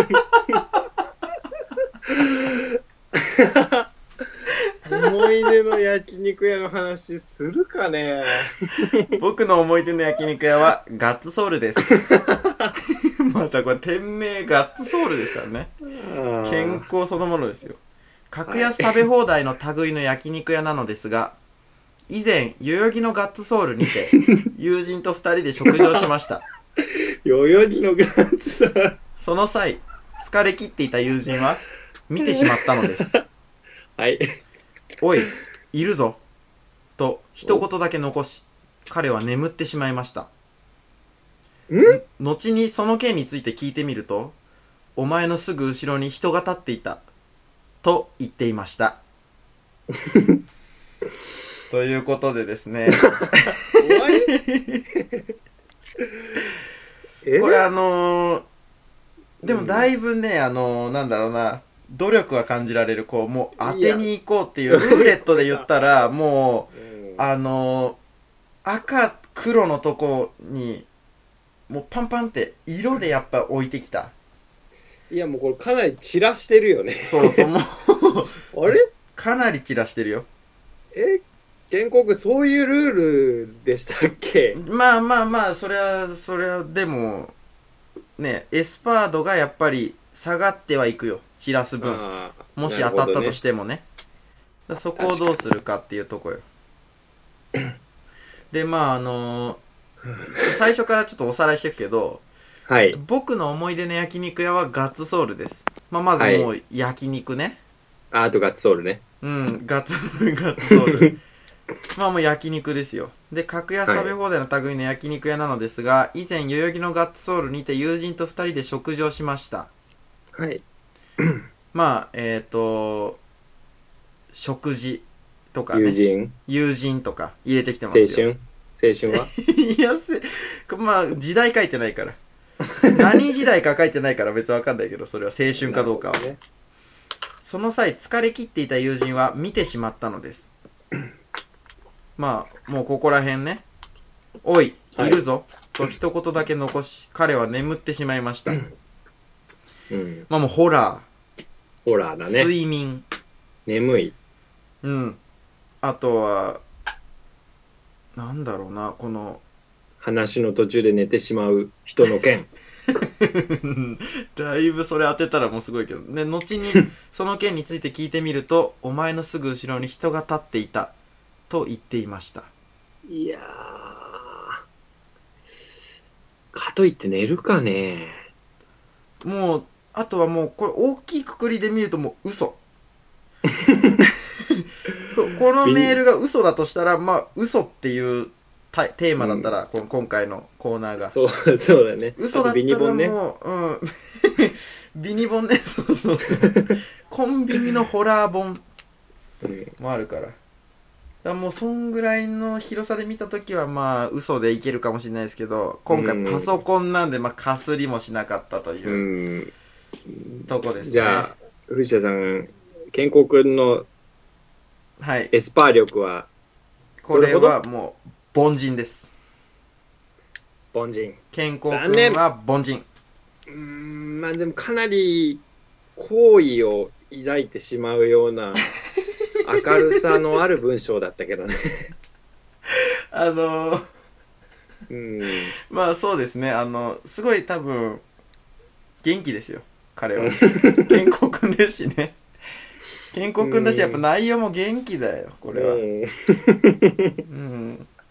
ん。思い出の焼肉屋の話するかね。 僕の思い出の焼肉屋はガッツソウルです。またこれ店名ガッツソウルですからね。健康そのものですよ。格安食べ放題の類の焼肉屋なのですが、以前代々木のガッツソウルにて友人と二人で食事をしました。 代々木のガッツソウル。 その際、疲れ切っていた友人は見てしまったのです。 はい。 おい、いるぞと一言だけ残し、彼は眠ってしまいました。 ん？ 後にその件について聞いてみると、お前のすぐ後ろに人が立っていたと言っていました。ということでですね。 終わり？え？ これあのー、でもだいぶね、あのー、なんだろうな、努力は感じられる、こう、もう当てに行こうっていう、ルーレットで言ったら、もう、 うん、 あのー、赤、黒のとこに、もうパンパンって色でやっぱ置いてきた。 いや、もうこれかなり散らしてるよね。 そうそう、もうあれかなり散らしてるよ。 え、建国そういうルールでしたっけ？ まあまあまあ、それは、それは、でも、ね、エスパードがやっぱり下がってはいくよ。散らす分。もし当たったとしてもね。ね、そこをどうするかっていうとこよ。で、まああのー、最初からちょっとおさらいしていくけど、 はい。 僕の思い出の焼肉屋はガッツソウルです。まあまずもう焼肉ね。 はい、あとガッツソウルね。 うん、ガッツ、ガッツソウル。まあもう焼肉ですよ。で、格安食べ放題の類の焼肉屋なのですが、はい、以前代々木のガッツソウルにて友人と二人で食事をしました。 はい。 まあ、えっ、ー、と、食事とかね。 友人友人とか入れてきてますよ。 青春青春はいや、せ、まあ、時代書いてないから。何時代か書いてないから別にわかんないけど、それは青春かどうかは。ね、その際、疲れ切っていた友人は見てしまったのです。まあ、もうここら辺ね。おい、いるぞ、はい、と一言だけ残し、彼は眠ってしまいました。うん、まあもうホラー。 ホラーだね。 睡眠。 眠い。 うん。あとは、なんだろうな、この、 話の途中で寝てしまう人の件。 だいぶそれ当てたらもうすごいけど。で、後にその件について聞いてみると、お前のすぐ後ろに人が立っていた。と言っていました。 いやー、かといって寝るかね。 もうあとはもうこれ大きいくくりで見るともう嘘。このメールが嘘だとしたら、まあ嘘っていうテーマだったら、うん、この今回のコーナーがそうそうだね。 嘘だったらもう、ね、うん、ビニ本ね。そうそうそう。コンビニのホラー本もあるから。もうそんぐらいの広さで見たときはまあ嘘でいけるかもしれないですけど、今回パソコンなんでまあかすりもしなかったというとこですね。 じゃあ藤田さん、健康くんのはいエスパー力はこれはもう凡人です。 凡人。 健康くんは凡人。 うーん、まあでもかなり好意を抱いてしまうような明るさのある文章だったけどね。 あのー、 うん、 まあそうですね。あのすごい多分元気ですよ彼は。健康くんですしね。健康くんだし、やっぱ内容も元気だよこれは。うん、うん、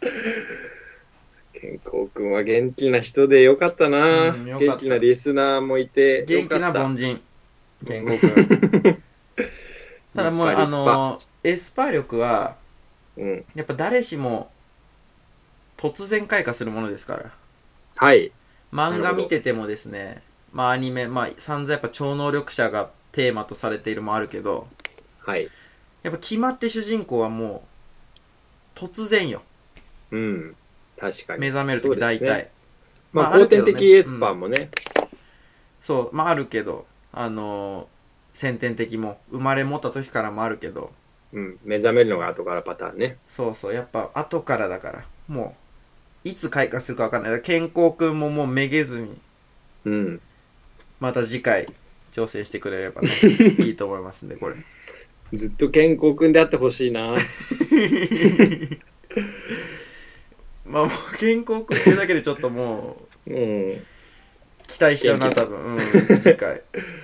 健康くんは元気な人でよかったな、 うんよかった元気なリスナーもいて元気なよかっ凡人健康くんただもう立派あのエスパー力はたうんやっぱ誰しも突然開花するものですからはい漫画見ててもですねまあアニメまあ散々やっぱ超能力者がテーマとされているもあるけどはいやっぱ決まって主人公はもう突然ようん確かに目覚めるとき大体、 そうですねまあまああるけどね後天的エスパーもね、 そうまああるけどあのー先天的も生まれ持った時からもあるけどうん、目覚めるのが後からパターンねそうそうやっぱ後からだからもういつ開花するか分かんないだから健康くんももうめげずにうんまた次回調整してくれればねいいと思いますんでこれずっと健康くんであってほしいなまあもう健康くんっていうだけでちょっともううん期待しちゃうな多分うん次回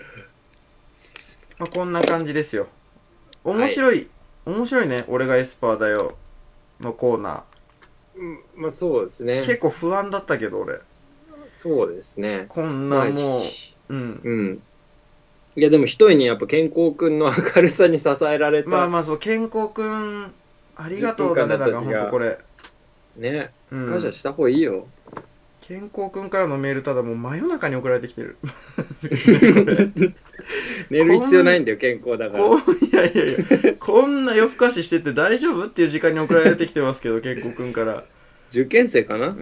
まあこんな感じですよ面白い、面白いね俺がエスパーだよのコーナうんまあそうですねー結構不安だったけど俺そうですねこんなもう、 まあうんうんいやでも一重にやっぱ健康くんの明るさに支えられたまあまあそう健康くんありがとうだねだからほんとこれねうん感謝した方がいいよ、 健康くんからのメールただもう真夜中に送られてきてるこれ寝る必要ないんだよ健康だからこういやいやいやこんな夜更かししてて大丈夫っていう時間に送られてきてますけど健康くんから受験生かなま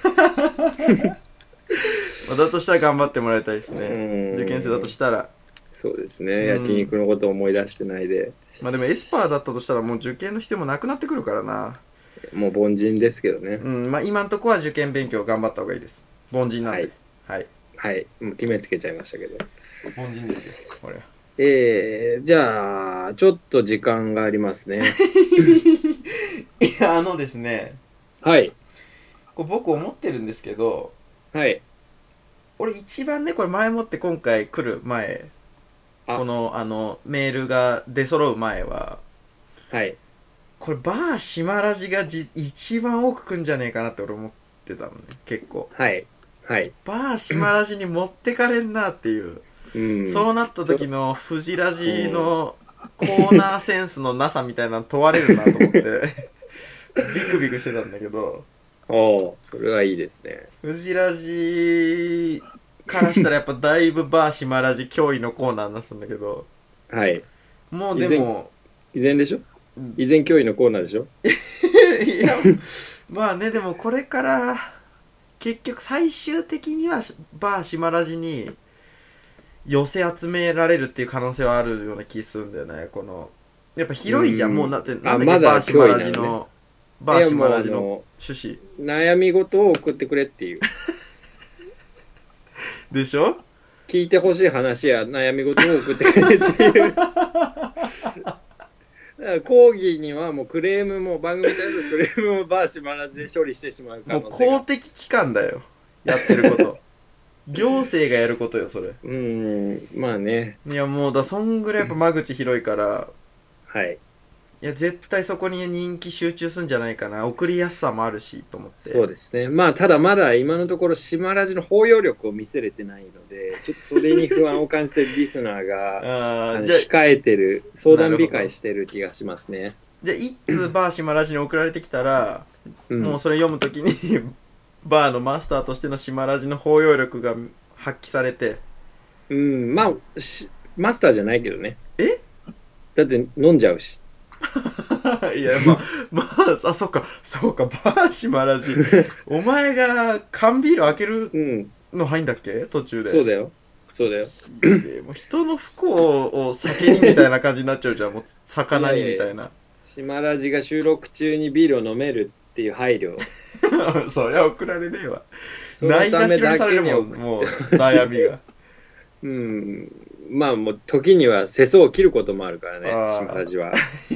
あだとしたら頑張ってもらいたいですねうん受験生だとしたらそうですね、 うん焼肉のことを思い出してないでまあでもエスパーだったとしたらもう受験の必要もなくなってくるからなもう凡人ですけどね、 うんまあ今んとこは受験勉強頑張った方がいいです凡人なんではい、 はいもう決めつけちゃいましたけど凡人ですよこれえー、じゃあちょっと時間がありますねいやあのですねはいこれ僕思ってるんですけどはい俺一番ねこれ前もって今回来る前あこのあのメールが出揃う前ははいこれバーシマラジがじ一番多く来んじゃねえかなって俺思ってたのね結構はいはいバーシマラジに持ってかれんなっていう、 うん、 そうなった時のフジラジのコーナーセンスのなさみたいなの問われるなと思ってビクビクしてたんだけどおおそれはいいですねフジラジからしたらやっぱだいぶバーシマラジ脅威のコーナーになってたんだけどはいもうでも依然でしょ依然脅威のコーナーでしょいやまあねでもこれから結局最終的にはバーシマラジに寄せ集められるっていう可能性はあるような気するんだよねこのやっぱ広いじゃん、 うんもうだってなんだっけ、 あまだバーシマラジ脅威なののバーシマラジいやもうの趣旨悩み事を送ってくれっていうでしょ聞いてほしい話や悩み事を送ってくれっていうだから講義にはもうクレームも番組に対するクレームもバーシマラジで処理してしまう可もう能性が公的機関だよやってること行政がやることよそれうーんまあねいやもうだそんぐらいやっぱ間口広いからはいいや絶対そこに人気集中するんじゃないかな送りやすさもあるしと思ってそうですねまあただまだ今のところ島ラジの包容力を見せれてないのでちょっとそれに不安を感じてるリスナーがあーじゃああの控えてる相談控えしてる気がしますねじゃあ一通バーシマラジに送られてきたら、 うんもうそれ読むときにバーのマスターとしてのシマラジの包容力が発揮されてうんまあしマスターじゃないけどねえだって飲んじゃうしいやまあまああそうかそうかバーシマラジお前が缶ビール開けるうんの入んだっけ途中でそうだよそうだよでもう人の不幸を酒にみたいな感じになっちゃうじゃんもう魚にみたいな島ラジが収録中にビールを飲めるっていう配慮そりゃ送られねえわそのないがしろにされるもん送っもう悩みがうんまあもう時には世相を切ることもあるからねあー島ラジは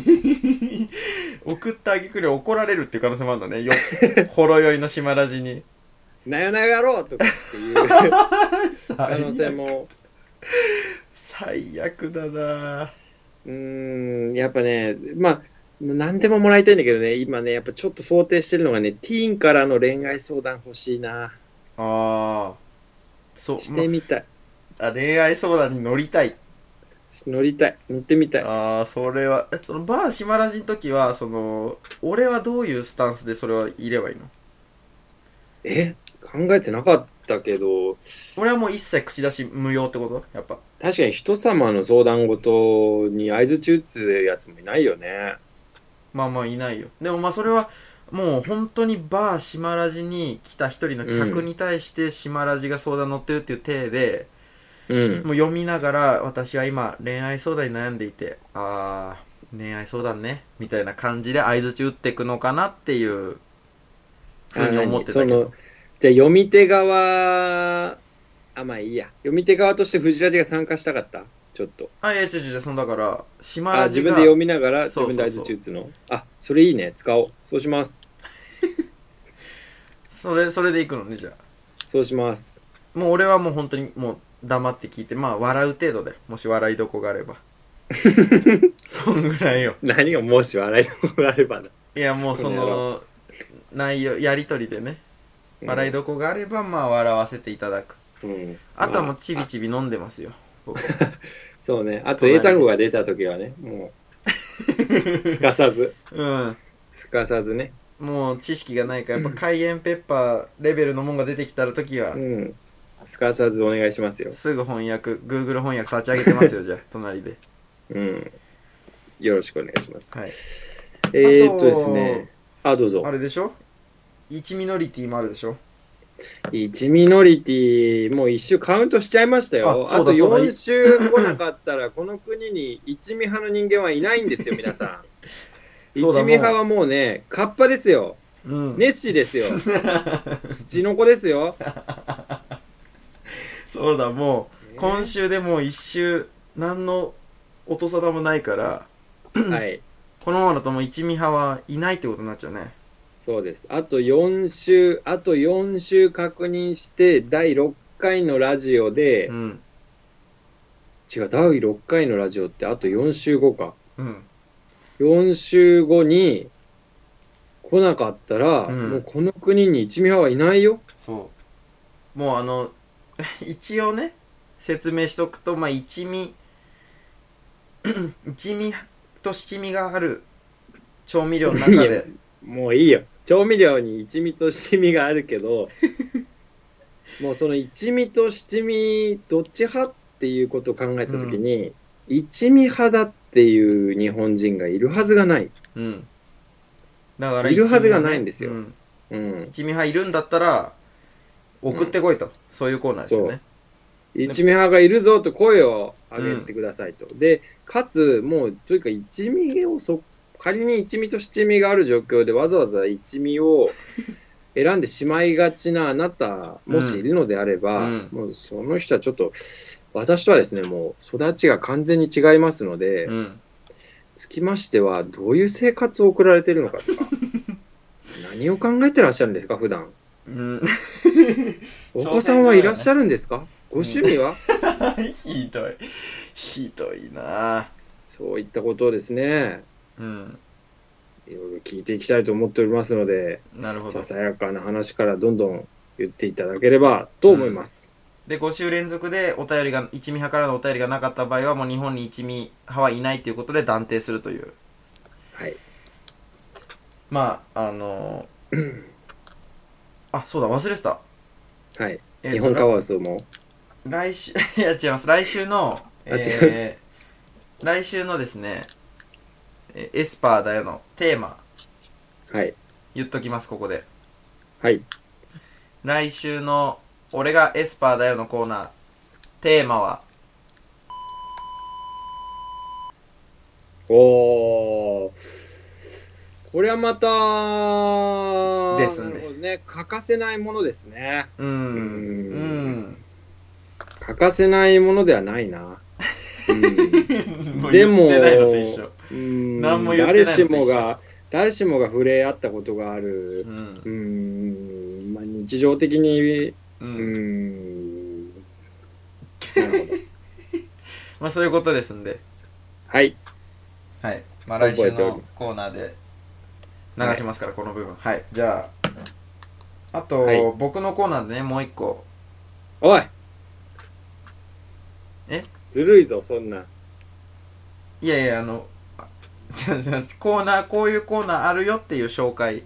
送ったあげくり怒られるっていう可能性もあるんだねよほろ酔いの島ラジになよなよやろうとかっていう可能性も最悪だなうーんやっぱねまあ何でももらいたいんだけどね、今ね、やっぱちょっと想定してるのがね、ティーンからの恋愛相談欲しいな。 ああ、そう、 してみたい。 まあ、恋愛相談に乗りたい。 乗りたい。乗ってみたい。 ああ、それは、えそのバー島ラジの時は、その、俺はどういうスタンスでそれはいればいいの？ え考えてなかったけど、 俺はもう一切口出し無用ってことやっぱ。 確かに人様の相談事に相づち打つやつもいないよね。 まあまあいないよ。でもまあそれは、もう本当にバー島ラジに来た一人の客に対して島ラジが相談乗ってるっていう体で、 うん。 もう読みながら私は今恋愛相談に悩んでいて、あー、恋愛相談ね、みたいな感じで相づち打っていくのかなっていうふうに思ってたけど。 そのじゃあ読み手側、あ、まあいいや。読み手側として藤ラジが参加したかったちょっと。 あ、いや違う違う、そのだから、島あ、 ラジが。 自分で読みながら自そうそうそう分で相づち打つの。あ、それいいね。使おう。そうします。 それ、それでいくのね、じゃあ。 そうします。 もう俺はもう本当にもう黙って聞いて、まあ笑う程度で、もし笑いどこがあれば。そんぐらいよ。 何がもし笑いどころがあればな。 いやもうそこの野の、内容、やりとりでね、笑いどこがあれば、まあ笑わせていただく。 うん。 あとはもうまちびちび飲んでますよ。僕あそうね。あと英単語が出たときはね、もう、すかさず、 うん。 すかさずね。 もう知識がないから、やっぱカイエンペッパーレベルのもんが出てきた時はう、ん。すかさずお願いしますよ。 すぐ翻訳、Google 翻訳立ち上げてますよ、じゃあ、隣で。 うん。よろしくお願いします。 はい。 えー、っとですね。あ、どうぞあ。れでしょ？いちミノリティもあるでしょ？ いちミノリティ、もう一周カウントしちゃいましたよ。あとあそうだそうだよん週来なかったら、この国に一味派の人間はいないんですよ、皆さん。一そうだ味派はもうね、カッパですよ。 うん。 ネッシーですよ。土の子ですよ。 そうだ、もう、 ね今週でもう一周、何の音沙汰もないから、 はい。 このままだともう一味派はいないってことになっちゃうね。 そうです。あとよん週、あとよん週確認して、だいろっかいのラジオで、 うん。 違う、だいろっかいのラジオってあとよん週後か。 うん。 よん週後に来なかったら、 うんもうこの国に一味派はいないよ。 そう。もうあの、一応ね、説明しとくと、まあ、一味、一味と七味がある調味料の中いやで、 もういいよ。調味料に一味と七味があるけど、もうその一味と七味、どっち派っていうことを考えたときに、一味派だっていう日本人がいるはずがない。 うん。だからいるはずがないんですようん。 うん。 一味派いるんだったら、送ってこいと。そういうコーナーですよね。 一味派がいるぞと声を上げてくださいと。で、かつ、もう、というか一味をそ、仮に一味と七味がある状況でわざわざ一味を選んでしまいがちなあなた、もしいるのであれば、 うんもうその人はちょっと、私とはですね、もう育ちが完全に違いますので、 うん。 つきましては、どういう生活を送られているのかとか、何を考えてらっしゃるんですか、普段。 うん。 お子さんはいらっしゃるんですか、ご趣味は、 ひどい。ひどいなそういったことをですね、 うん。 いろいろ聞いていきたいと思っておりますので、 なるほどさ。さやかな話からどんどん言っていただければと思います。 で、ご週連続でお便りが、一味派からのお便りがなかった場合は、もう日本に一味派はいないということで断定するという。 はい。 まあ、あのー、あ、そうだ、忘れてた。 はい。 えーと日本カワウソも。 来週、いや違います。来週の、 あ違えー、来週のですね、えーエスパーだよのテーマ、 はい。 言っときます、ここで。 はい。 来週の、俺がエスパーだよのコーナー、テーマは、 おー。これはまた、 ですねなるほどね。欠かせないものですね。 うーん、 ううんん。 欠かせないものではないな。うんもうでも、 言ってないのと一緒。 うん何も言ってない誰のと一緒しもが、誰しもが触れ合ったことがあるう、んう。ん、まあ、日常的に、 う。 うんん、なるほど。 まあそういうことですんで。 はい。 はい。 まあ来週の覚えておりコーナーで流しますから、この部分。はい、じゃああと、 はい僕のコーナーでね、もう一個。 おいえずるいぞ、そんな。 いやいや、あのあ違う違うコーナー、こういうコーナーあるよっていう紹介。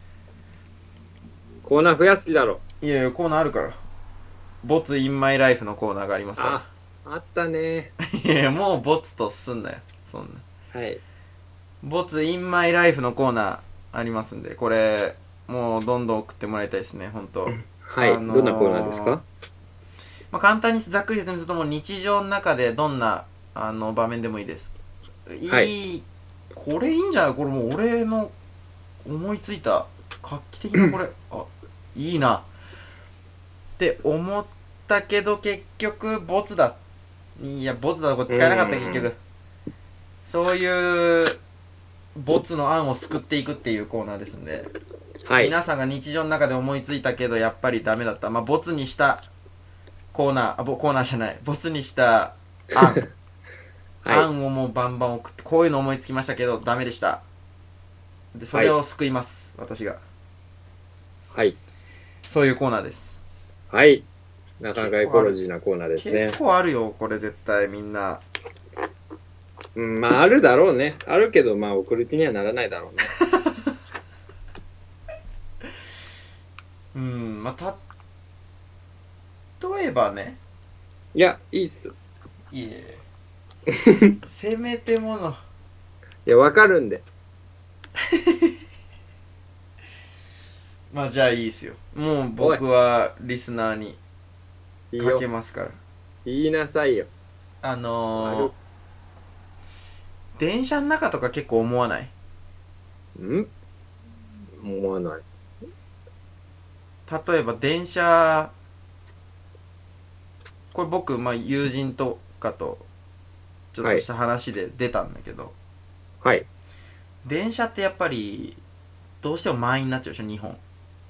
コーナー増やす気だろ。 いやいや、コーナーあるから。ボツインマイライフのコーナーがありますかあ、あったね。 ら。いやいや、もうボツとすんなよ、そんな。 はい。 ボツインマイライフのコーナーありますんで、これもうどんどん送ってもらいたいですね、本当。 はい、 あのーどんなコーナーですか？ まあ、簡単にざっくり説明すると、もう日常の中でどんなあの場面でもいいです。いい、 はい、 これいいんじゃない？これもう俺の思いついた画期的なこれ、あ、いいなって思ったけど結局ボツだ。いや、ボツだ、これ使えなかった結局。そういうボツの案を救っていくっていうコーナーですんで、 はい。 皆さんが日常の中で思いついたけどやっぱりダメだった、まあボツにしたコーナー、あ、ボコーナーじゃない、ボツにした案はい。 案をもうバンバン送って、こういうの思いつきましたけどダメでした。でそれを救います、私が。 はい。 そういうコーナーです。 はい。なかなかエコロジーなコーナーですね。 結構あるよこれ、絶対みんな。 うん、まあ、あるだろうね。あるけど、まあ、送る気にはならないだろうね。 うん、まあ例えばね。 いや、いいっす。 いえせめてもの。 いや、わかるんで。 まあじゃあいいっすよ。もう僕はリスナーにいいよかけ。ますから。 言いなさいよ。 あのー、電車の中とか結構思わない？ ん思わない。 例えば電車、これ僕、まあ、友人とかとちょっとした話で出たんだけど、 はい。 電車ってやっぱりどうしても満員になっちゃうでしょ、日本。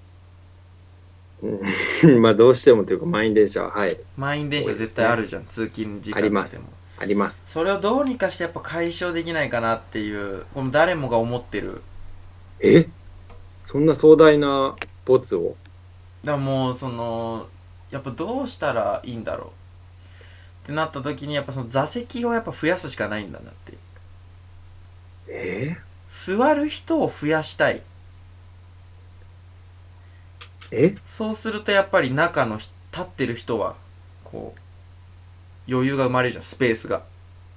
うん、まあ、どうしてもというか、満員電車は、はい。 満員電車絶対あるじゃん、通勤時間ありま。 でですあります。 それをどうにかしてやっぱ解消できないかなっていう、この誰もが思ってる。 えそんな壮大なボツを？ だからもうそのやっぱどうしたらいいんだろうってなった時に、やっぱその座席をやっぱ増やすしかないんだなって。 え座る人を増やしたい。 えそうするとやっぱり中の立ってる人はこう余裕が生まれるじゃん、スペースが。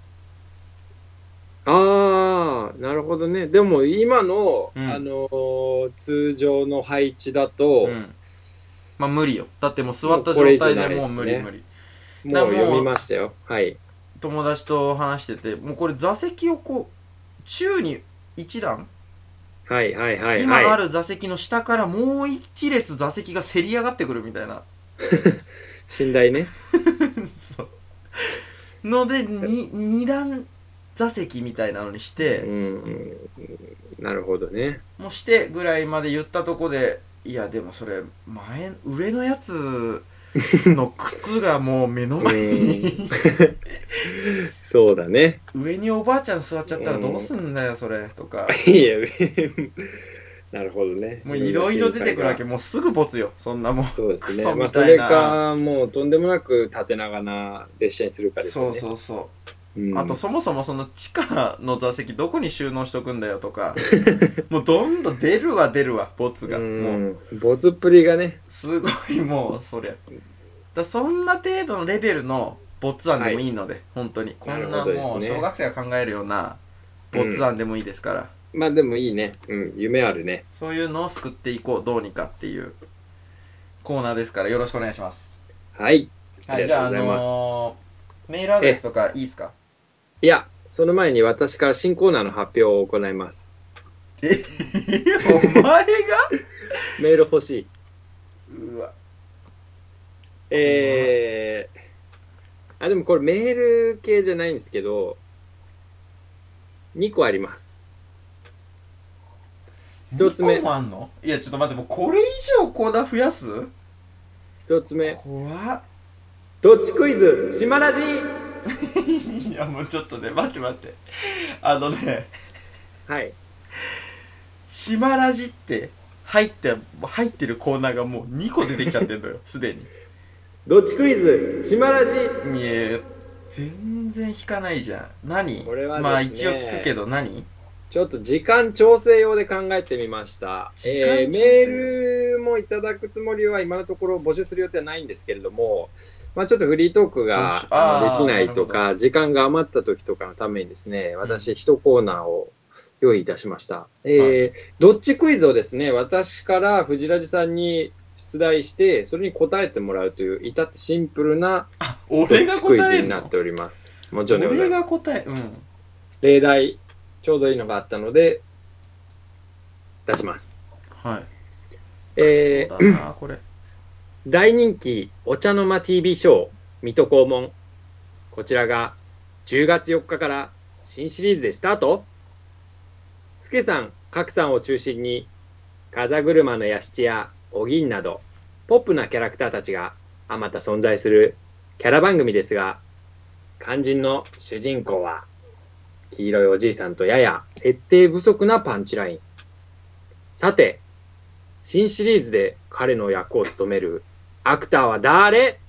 ああ、なるほどね。でも今の、 うんあのー通常の配置だと、 うん。まあ無理よ。だってもう座ったもうこれ以状態で上ないですねもう無理無理。 もうだからもう読みましたよ。はい。 友達と話してて、もうこれ座席をこう宙に一段、 はいはいはい今はい。 ある座席の下からもう一列座席がせり上がってくるみたいな。 寝台ね。 そうのでに二段座席みたいなのにしうて、 ん、うんなるほどね。 もうしてぐらいまで言ったとこで、いやでもそれ前上のやつの靴がもう目の前にそうだね。 上におばあちゃん座っちゃったらどうすんだよそれとか。 いや、なるほどね。 もういろいろ出てくるわけ。もうすぐボツよ、そんなもん。 そうですね。 クソみまあ、それたいな。 か、もうとんでもなく縦長な列車にするかですよね。 そうそうそう。 うんあとそもそもその地下の座席どこに収納しとくんだよとかもうどんどん出るわ出るわボツが。 うもうんボツっぷりがね。 すごい、もうそりゃだ、そんな程度のレベルのボツ案でもいいので、はい、本当にこんなもう小学生が考えるようなボツ案でもいいですから、 うん、まあでもいいね。うん夢あるね。 そういうのを救っていこう、どうにかっていうコーナーですから、よろしくお願いします。 はい、 はい、じゃああのー、メールアドレスとかいいですか？ いや、その前に私から新コーナーの発表を行います。 えお前がメール欲しい。 うわ。 えー、あ、でもこれメール系じゃないんですけど、にこあります。一つ目。 にこもあんの？いや、ちょっと待って、もうこれ以上コーナー増やす？ 一つ目。 怖っ。 どっちクイズ、島ラジいや、もうちょっとね、待って待って。あのね、 はい。 島ラジって入って入ってるコーナーがもうにこ出てきちゃってんのよすでに。 どっちクイズ島ラジ。 いや全然引かないじゃん。何？ これはですね、 まあ一応聞くけど何？ ちょっと時間調整用で考えてみました。えー、メールもいただくつもりは今のところ募集する予定はないんですけれども、まあ、ちょっとフリートークがあのできないとか、時間が余った時とかのためにですね、私一コーナーを用意いたしました。えーはい、どっちクイズをですね、私から藤ラジさんに出題して、それに答えてもらうという、至ってシンプルなどっちクイズになっております。もちろんでございます。 俺が答え、うん。 例題、ちょうどいいのがあったので、出します。 はい。 えー、 そうだな、これ。 大人気お茶の間 ティービー ショー、水戸黄門。こちらがじゅうがつよっかから新シリーズでスタート。助さん、角さんを中心に、風車の屋敷やお銀など、ポップなキャラクターたちがあまた存在するキャラ番組ですが、肝心の主人公は、黄色いおじいさんとやや設定不足なパンチライン。さて、新シリーズで彼の役を務めるアクターは誰？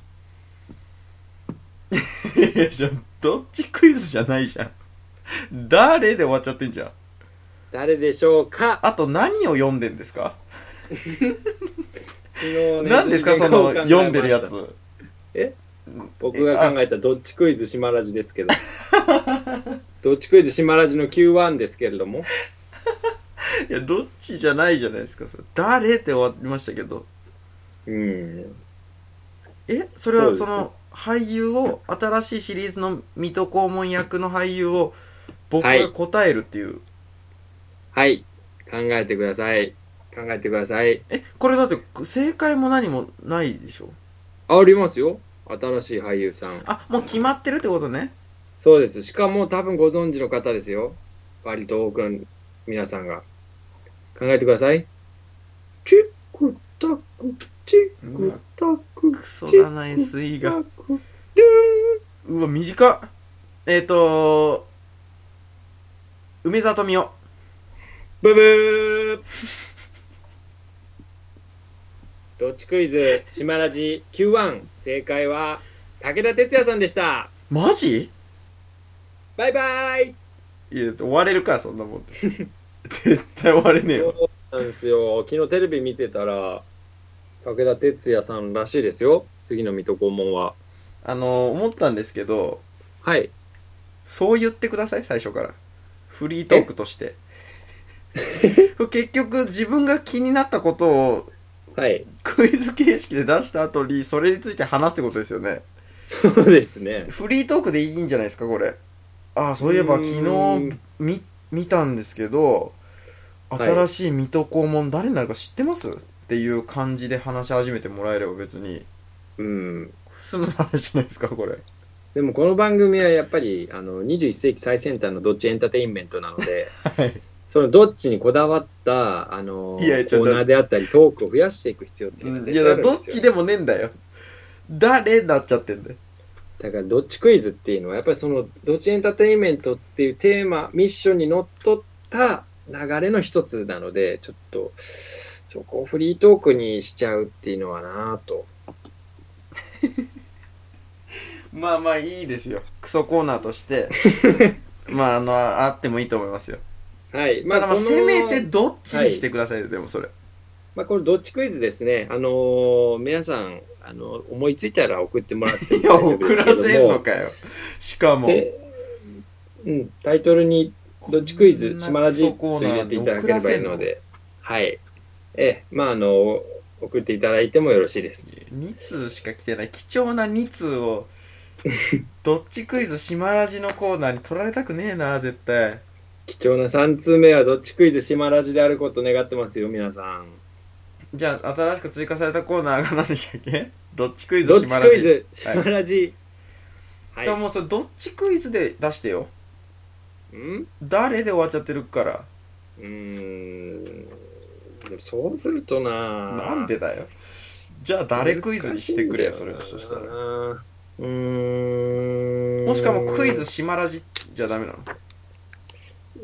いや、じゃどっちクイズじゃないじゃん。誰で終わっちゃってんじゃん。 誰でしょうか？ あと何を読んでんですか？ 昨日ね、 何ですかその読んでるやつ。 え？僕が考えたどっちクイズ島ラジですけど。どっちクイズ島ラジの キューワン ですけれども。 いや、どっちじゃないじゃないですか。それ誰って終わりましたけど。 うん。 え、それはその俳優を、新しいシリーズの水戸黄門役の俳優を僕が答えるっていう。 はい。考えてください。考えてください。 え、これだって正解も何もないでしょ？ ありますよ。新しい俳優さん。 あ、もう決まってるってことね。 そうです。しかも多分ご存知の方ですよ。割と多くの皆さんが。考えてください。チックタク、チックタク、 クソだな、エスイー が。うわ、短っ。えっ、ー、と梅沢富美男。 ブブーどっちクイズ、島ラジ キューワン。正解は、武田鉄矢さんでした。 マジ？ バイバイ。 いや、終われるか、そんなもん。絶対終われねえよ。 そうなんですよ。昨日テレビ見てたら、武田鉄矢さんらしいですよ。次の水戸黄門は。 あの、思ったんですけど、 はい。 そう言ってください、最初から。フリートークとして。結局、自分が気になったことを、 はい。 クイズ形式で出した後に、それについて話すってことですよね。 そうですね。 フリートークでいいんじゃないですか、これ。ああ、そういえば昨日見、見たんですけど、新しい水戸黄門誰になるか知ってます？っていう感じで話し始めてもらえれば別に、 うん。 済む話じゃないですか、これ。 でもこの番組はやっぱり、あの、にじゅういっ世紀最先端のどっちエンターテインメントなので、はい。そのどっちにこだわった、あの、コーナーであったりトークを増やしていく必要っていうのは絶対あるんですよ。 いや、どっちでもねえんだよ。誰になっちゃってんだよ。 だからどっちクイズっていうのはやっぱりそのどっちエンターテインメントっていうテーマミッションにのっとった流れの一つなので、ちょっとそこをフリートークにしちゃうっていうのはなぁと。 まあまあいいですよ、クソコーナーとしてまああのあってもいいと思いますよ。 はい。 まあ、ただまあせめてどっちにしてください、はい、でもそれ。 まあこれどっちクイズですね。あのー、皆さんあの思いついたら送ってもらっていや送らせんのかよ。しかもうん、タイトルにどっちクイズ島ラジと入れていただければいいので、はい。えまああの送っていただいてもよろしいです。 に通しか来てない貴重なに通をどっちクイズ島ラジのコーナーに取られたくねえな、絶対。 貴重なさん通目はどっちクイズ島ラジであることを願ってますよ、皆さん。 じゃあ新しく追加されたコーナーが何でしたっけ？どっちクイズ島ラジ。どっちクイズ島ラジ。 はい。でももうそれどっちクイズで出してよ。 ん？ 誰で終わっちゃってるから。 うーん。でもそうするとな。 なんでだよ。じゃあ誰クイズにしてくれよ、それ。そしたら。 うーん。 もしかもクイズ島ラジじゃダメなの？ うーん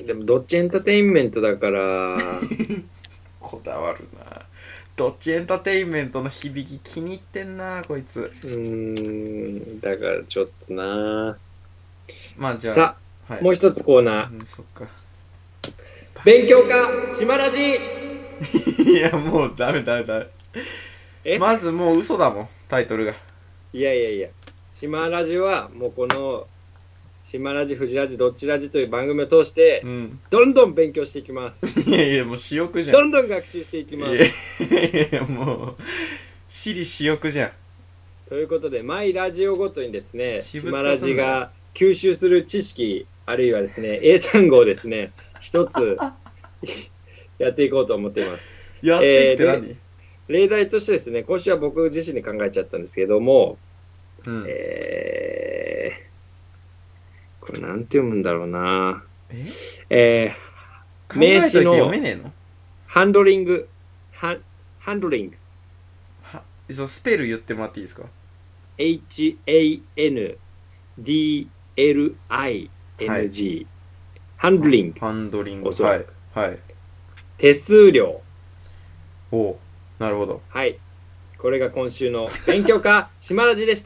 でもどっちエンターテインメントだからこだわるな。どっちエンターテインメントの響き気に入ってんなこいつ。 うーん、だからちょっとな。 まあじゃあさあ、 はい、 もう一つコーナー、 うん、そっか。 勉強家島ラジ。 いやもうダメダメダメ。 えまずもう嘘だもんタイトルが。 いやいやいや、島ラジはもうこの島ラジ、フジラジ、どっちラジという番組を通してうん。 どんどん勉強していきます。 いやいやもう私欲じゃん。 どんどん学習していきます。 いやいやもう私利私欲じゃん。 ということで、毎ラジオごとにですね、 私物島ラ化すんなよジが吸収する知識、あるいはですね、英単語をですね、一つやっていこうと思っています。 やっていって何、 えー例題としてですね、今週は僕自身に考えちゃったんですけども、 うん、 えー、これなんて読むんだろうな。 ええー、 考えといて名詞の読めねえの？ ハンドリング、ハンハンドリング、 はそうスペル言ってもらっていいですか？ エイチ エー エヌ ディー エル アイ エヌ ジー、はい、ハンドリング、 ハンドリング。 おそらくはいはい。 手数料。 おう、なるほど。 はい。これが今週の勉強家、島ラジでした。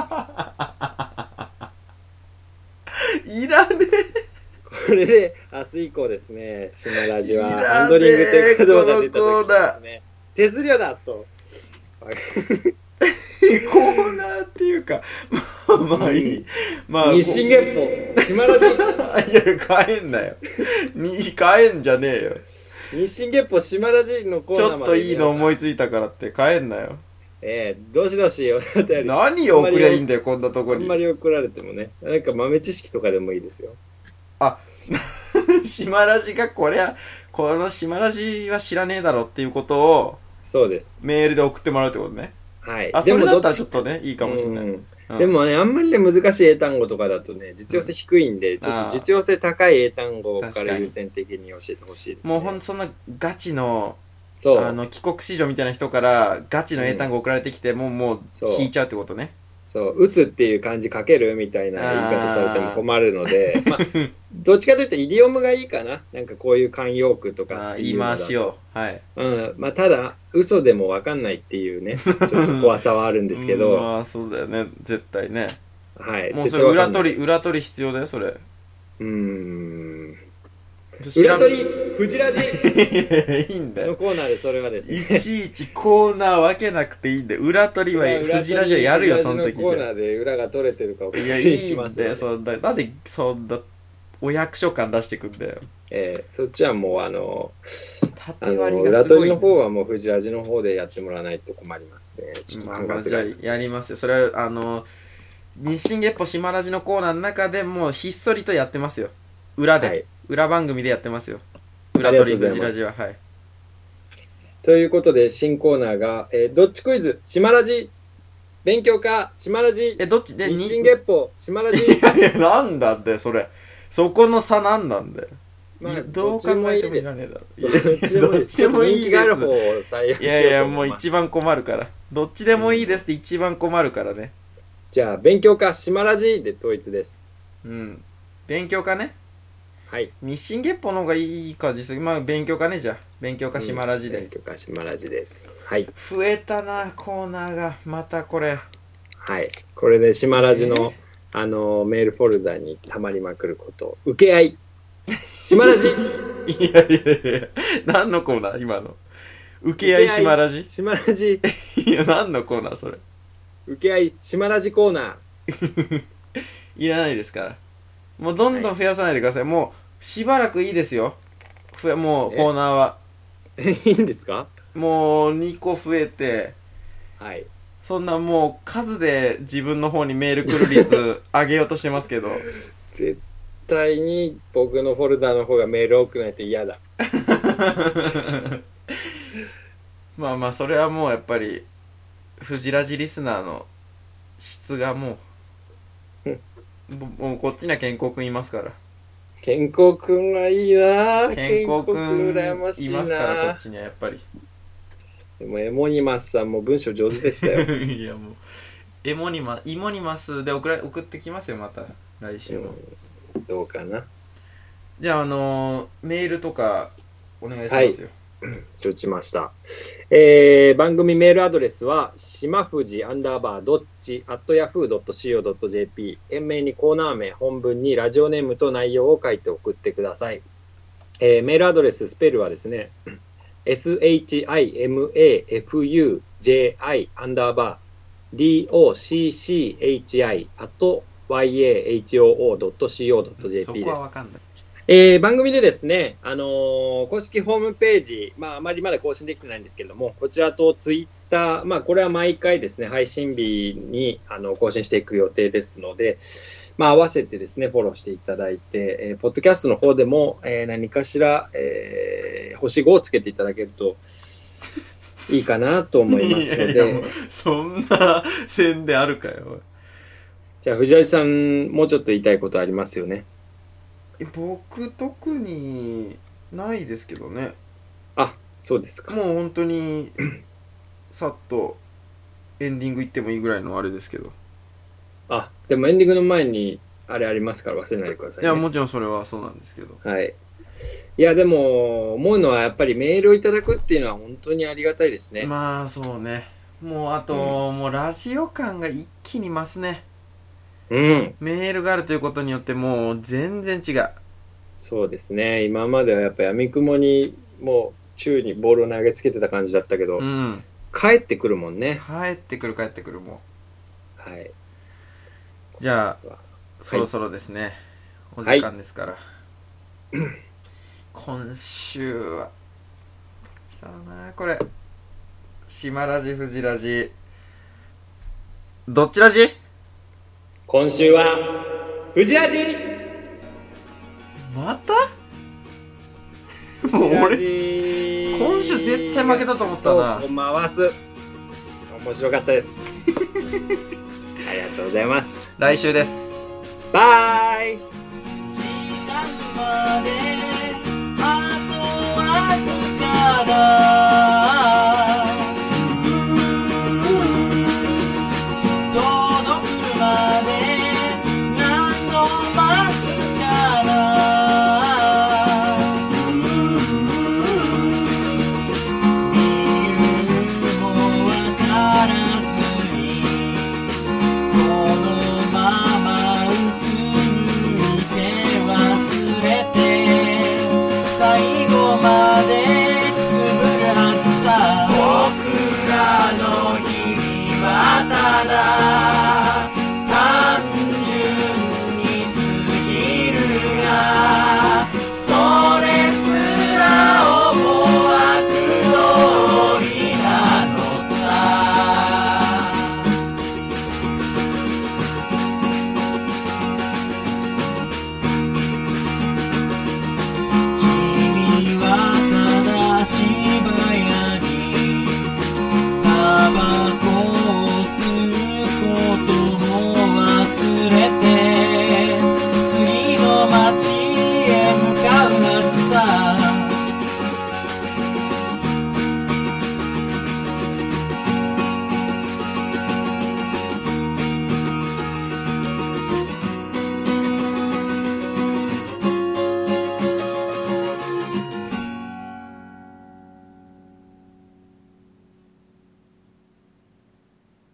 いらねこれで、明日以降ですね、島ラジは、 いらねえハンドリングという言葉が出た時にこのコーナーですね、手数料だと。 え。コーナーっていうか、まあまあいい。まあ、 日進月歩、島ラジ。 いや、帰んなよ。に、帰んじゃねえよ。 日進月歩、島ラジのコーちナーまで。 ょっといいの思いつついたからって帰んなよ。 ええー、どしどしお便り。 何を送りゃいいんだよ、こんなとこに。 あんまり送られてもね、なんか豆知識とかでもいいですよ。 あ、島ラジがこりゃ、この島ラジは知らねえだろっていうことをそうです。 メールで送ってもらうってことね。 はい。 あ、それだったらちょっとね、いいかもしれない。 うんうん、 でもね、あんまりね、難しい英単語とかだとね、実用性低いんで、うん、ちょっと実用性高い英単語から優先的に教えてほしいです、ね。 もうほんとそんなガチの、 そう。 あの、帰国子女みたいな人からガチの英単語送られてきて、うん、もうもう引いちゃうってことね。 そう、打つっていう漢字書けるみたいな言い方されても困るので、まあ、どっちかというとイディオムがいいかな。なんかこういう慣用句とかっていうのだと。 言い回しを。はい。 うん。まあ、ただ、嘘でも分かんないっていうね、ちょっと怖さはあるんですけど。 まあ、そうだよね。絶対ね。 はい。 もうそれ裏取り、裏取り必要だよ、それ。 うーん。裏取り、フジラジいいんだよ。 のコーナーでそれはですね。 いちいちコーナー分けなくていいんで、裏取りはフジラジはやるよ、その時じゃ。 コーナーで裏が取れてるかを確いや、い認いしますので。 んだよ、そんな。なんでそんなお役所感出してくんだよ。 えー、そっちはもうあの、 縦割りが裏すごい、 取りの方はもうフジラジの方でやってもらわないと困りますね。ちょっと感まあ、じゃあやりますよ。それは、あの、日進月歩島ラジのコーナーの中でもうひっそりとやってますよ。裏で。はい、裏番組でやってますよ。裏取りフジラジは。はい。 ということで、新コーナーが、えー、どっちクイズ、島ラジ、勉強家、島ラジ、 え、どっちで日進月歩、島ラジ。 いやいや、なんだって、それ。そこの差なんなんだよ。 まあ、 どう考えてもいらねえだろ。 どっちでもいいです。人気がある方を採用しようと思います。 いやいや、もう一番困るから。どっちでもいいですって一番困るからね。 じゃあ、勉強家、島ラジで統一です。 うん。勉強家ね。 はい。 日進月歩の方がいいか、実際。まあ、勉強家ね、じゃあ。勉強家、島ラジで、うん。 勉強家、島ラジです。はい。 増えたな、コーナーが。またこれ。 はい。これで、島ラジの、えー、あの、メールフォルダに溜まりまくること。受け合い。島ラジいやいやいや、何のコーナー今の。受け合い島ラジ島ラジ。 いや、何のコーナーそれ。 受け合い島ラジコーナー。いらないですから。もうどんどん増やさないでください。はい、もう、しばらくいいですよ。ふもう、コーナーは。 え、いいんですか？ もう、にこ増えて。 はい。 そんなもう、数で自分の方にメール来る率上げようとしてますけど。 絶対に僕のフォルダの方がメール多くないと嫌だ。 まあまあ、それはもうやっぱり、フジラジリスナーの質がもう、もうこっちには健康くんいますから。 健康くんがいいな。 健康くん羨ましいな。 いますからこっちにはやっぱり。 でもエモニマスさんも文章上手でしたよ。 いやもうエモニマイモニマスで送ら送ってきますよまた来週も。 うん、どうかな。 じゃああのー、メールとかお願いしますよ。 承知しました。えー、番組メールアドレスは、しまふじアンダーバードッチアットヤフードットシーオードットジェーピー、件名にコーナー名、本文にラジオネームと内容を書いて送ってください。えー、メールアドレス、スペルはですね、シマフジ アンダーバー ドッチアットヤホードットシーオードットジェーピー です。 そこはわかんない。 えー、番組でですね、あのー、公式ホームページ、まあ、あまりまだ更新できてないんですけれども、こちらとツイッター、まあ、これは毎回ですね、配信日にあの更新していく予定ですので、まあ、合わせてですね、フォローしていただいて、えー、ポッドキャストの方でも、えー、何かしら、えー、星ごをつけていただけるといいかなと思いますので。 いやいやそんな宣伝あるかよ。 じゃあ、藤原さん、もうちょっと言いたいことありますよね。 僕特にないですけどね。 あ、そうですか。 もう本当にさっとエンディングいってもいいぐらいのあれですけど。 あ、でもエンディングの前にあれありますから忘れないでくださいね。 いや、もちろんそれはそうなんですけど。 はい。いや、でも思うのはやっぱりメールをいただくっていうのは本当にありがたいですね。 まあそうね。もうあと、 うん、 もうラジオ感が一気に増すね。 うん。 メールがあるということによってもう全然違う。 そうですね。今まではやっぱやみくもにもう宙にボールを投げつけてた感じだったけど、 うん、 帰ってくるもんね。 帰ってくる帰ってくるもう。はい。 じゃあ、はい、そろそろですね。お時間ですから。はい、今週はどっちだろうなこれ。島ラジ、藤ラジ。どっちラジ？ 今週は藤ラジ。 また？もう俺今週絶対負けたと思ったな。 回す。面白かったです。ありがとうございます。 来週です。 バイ。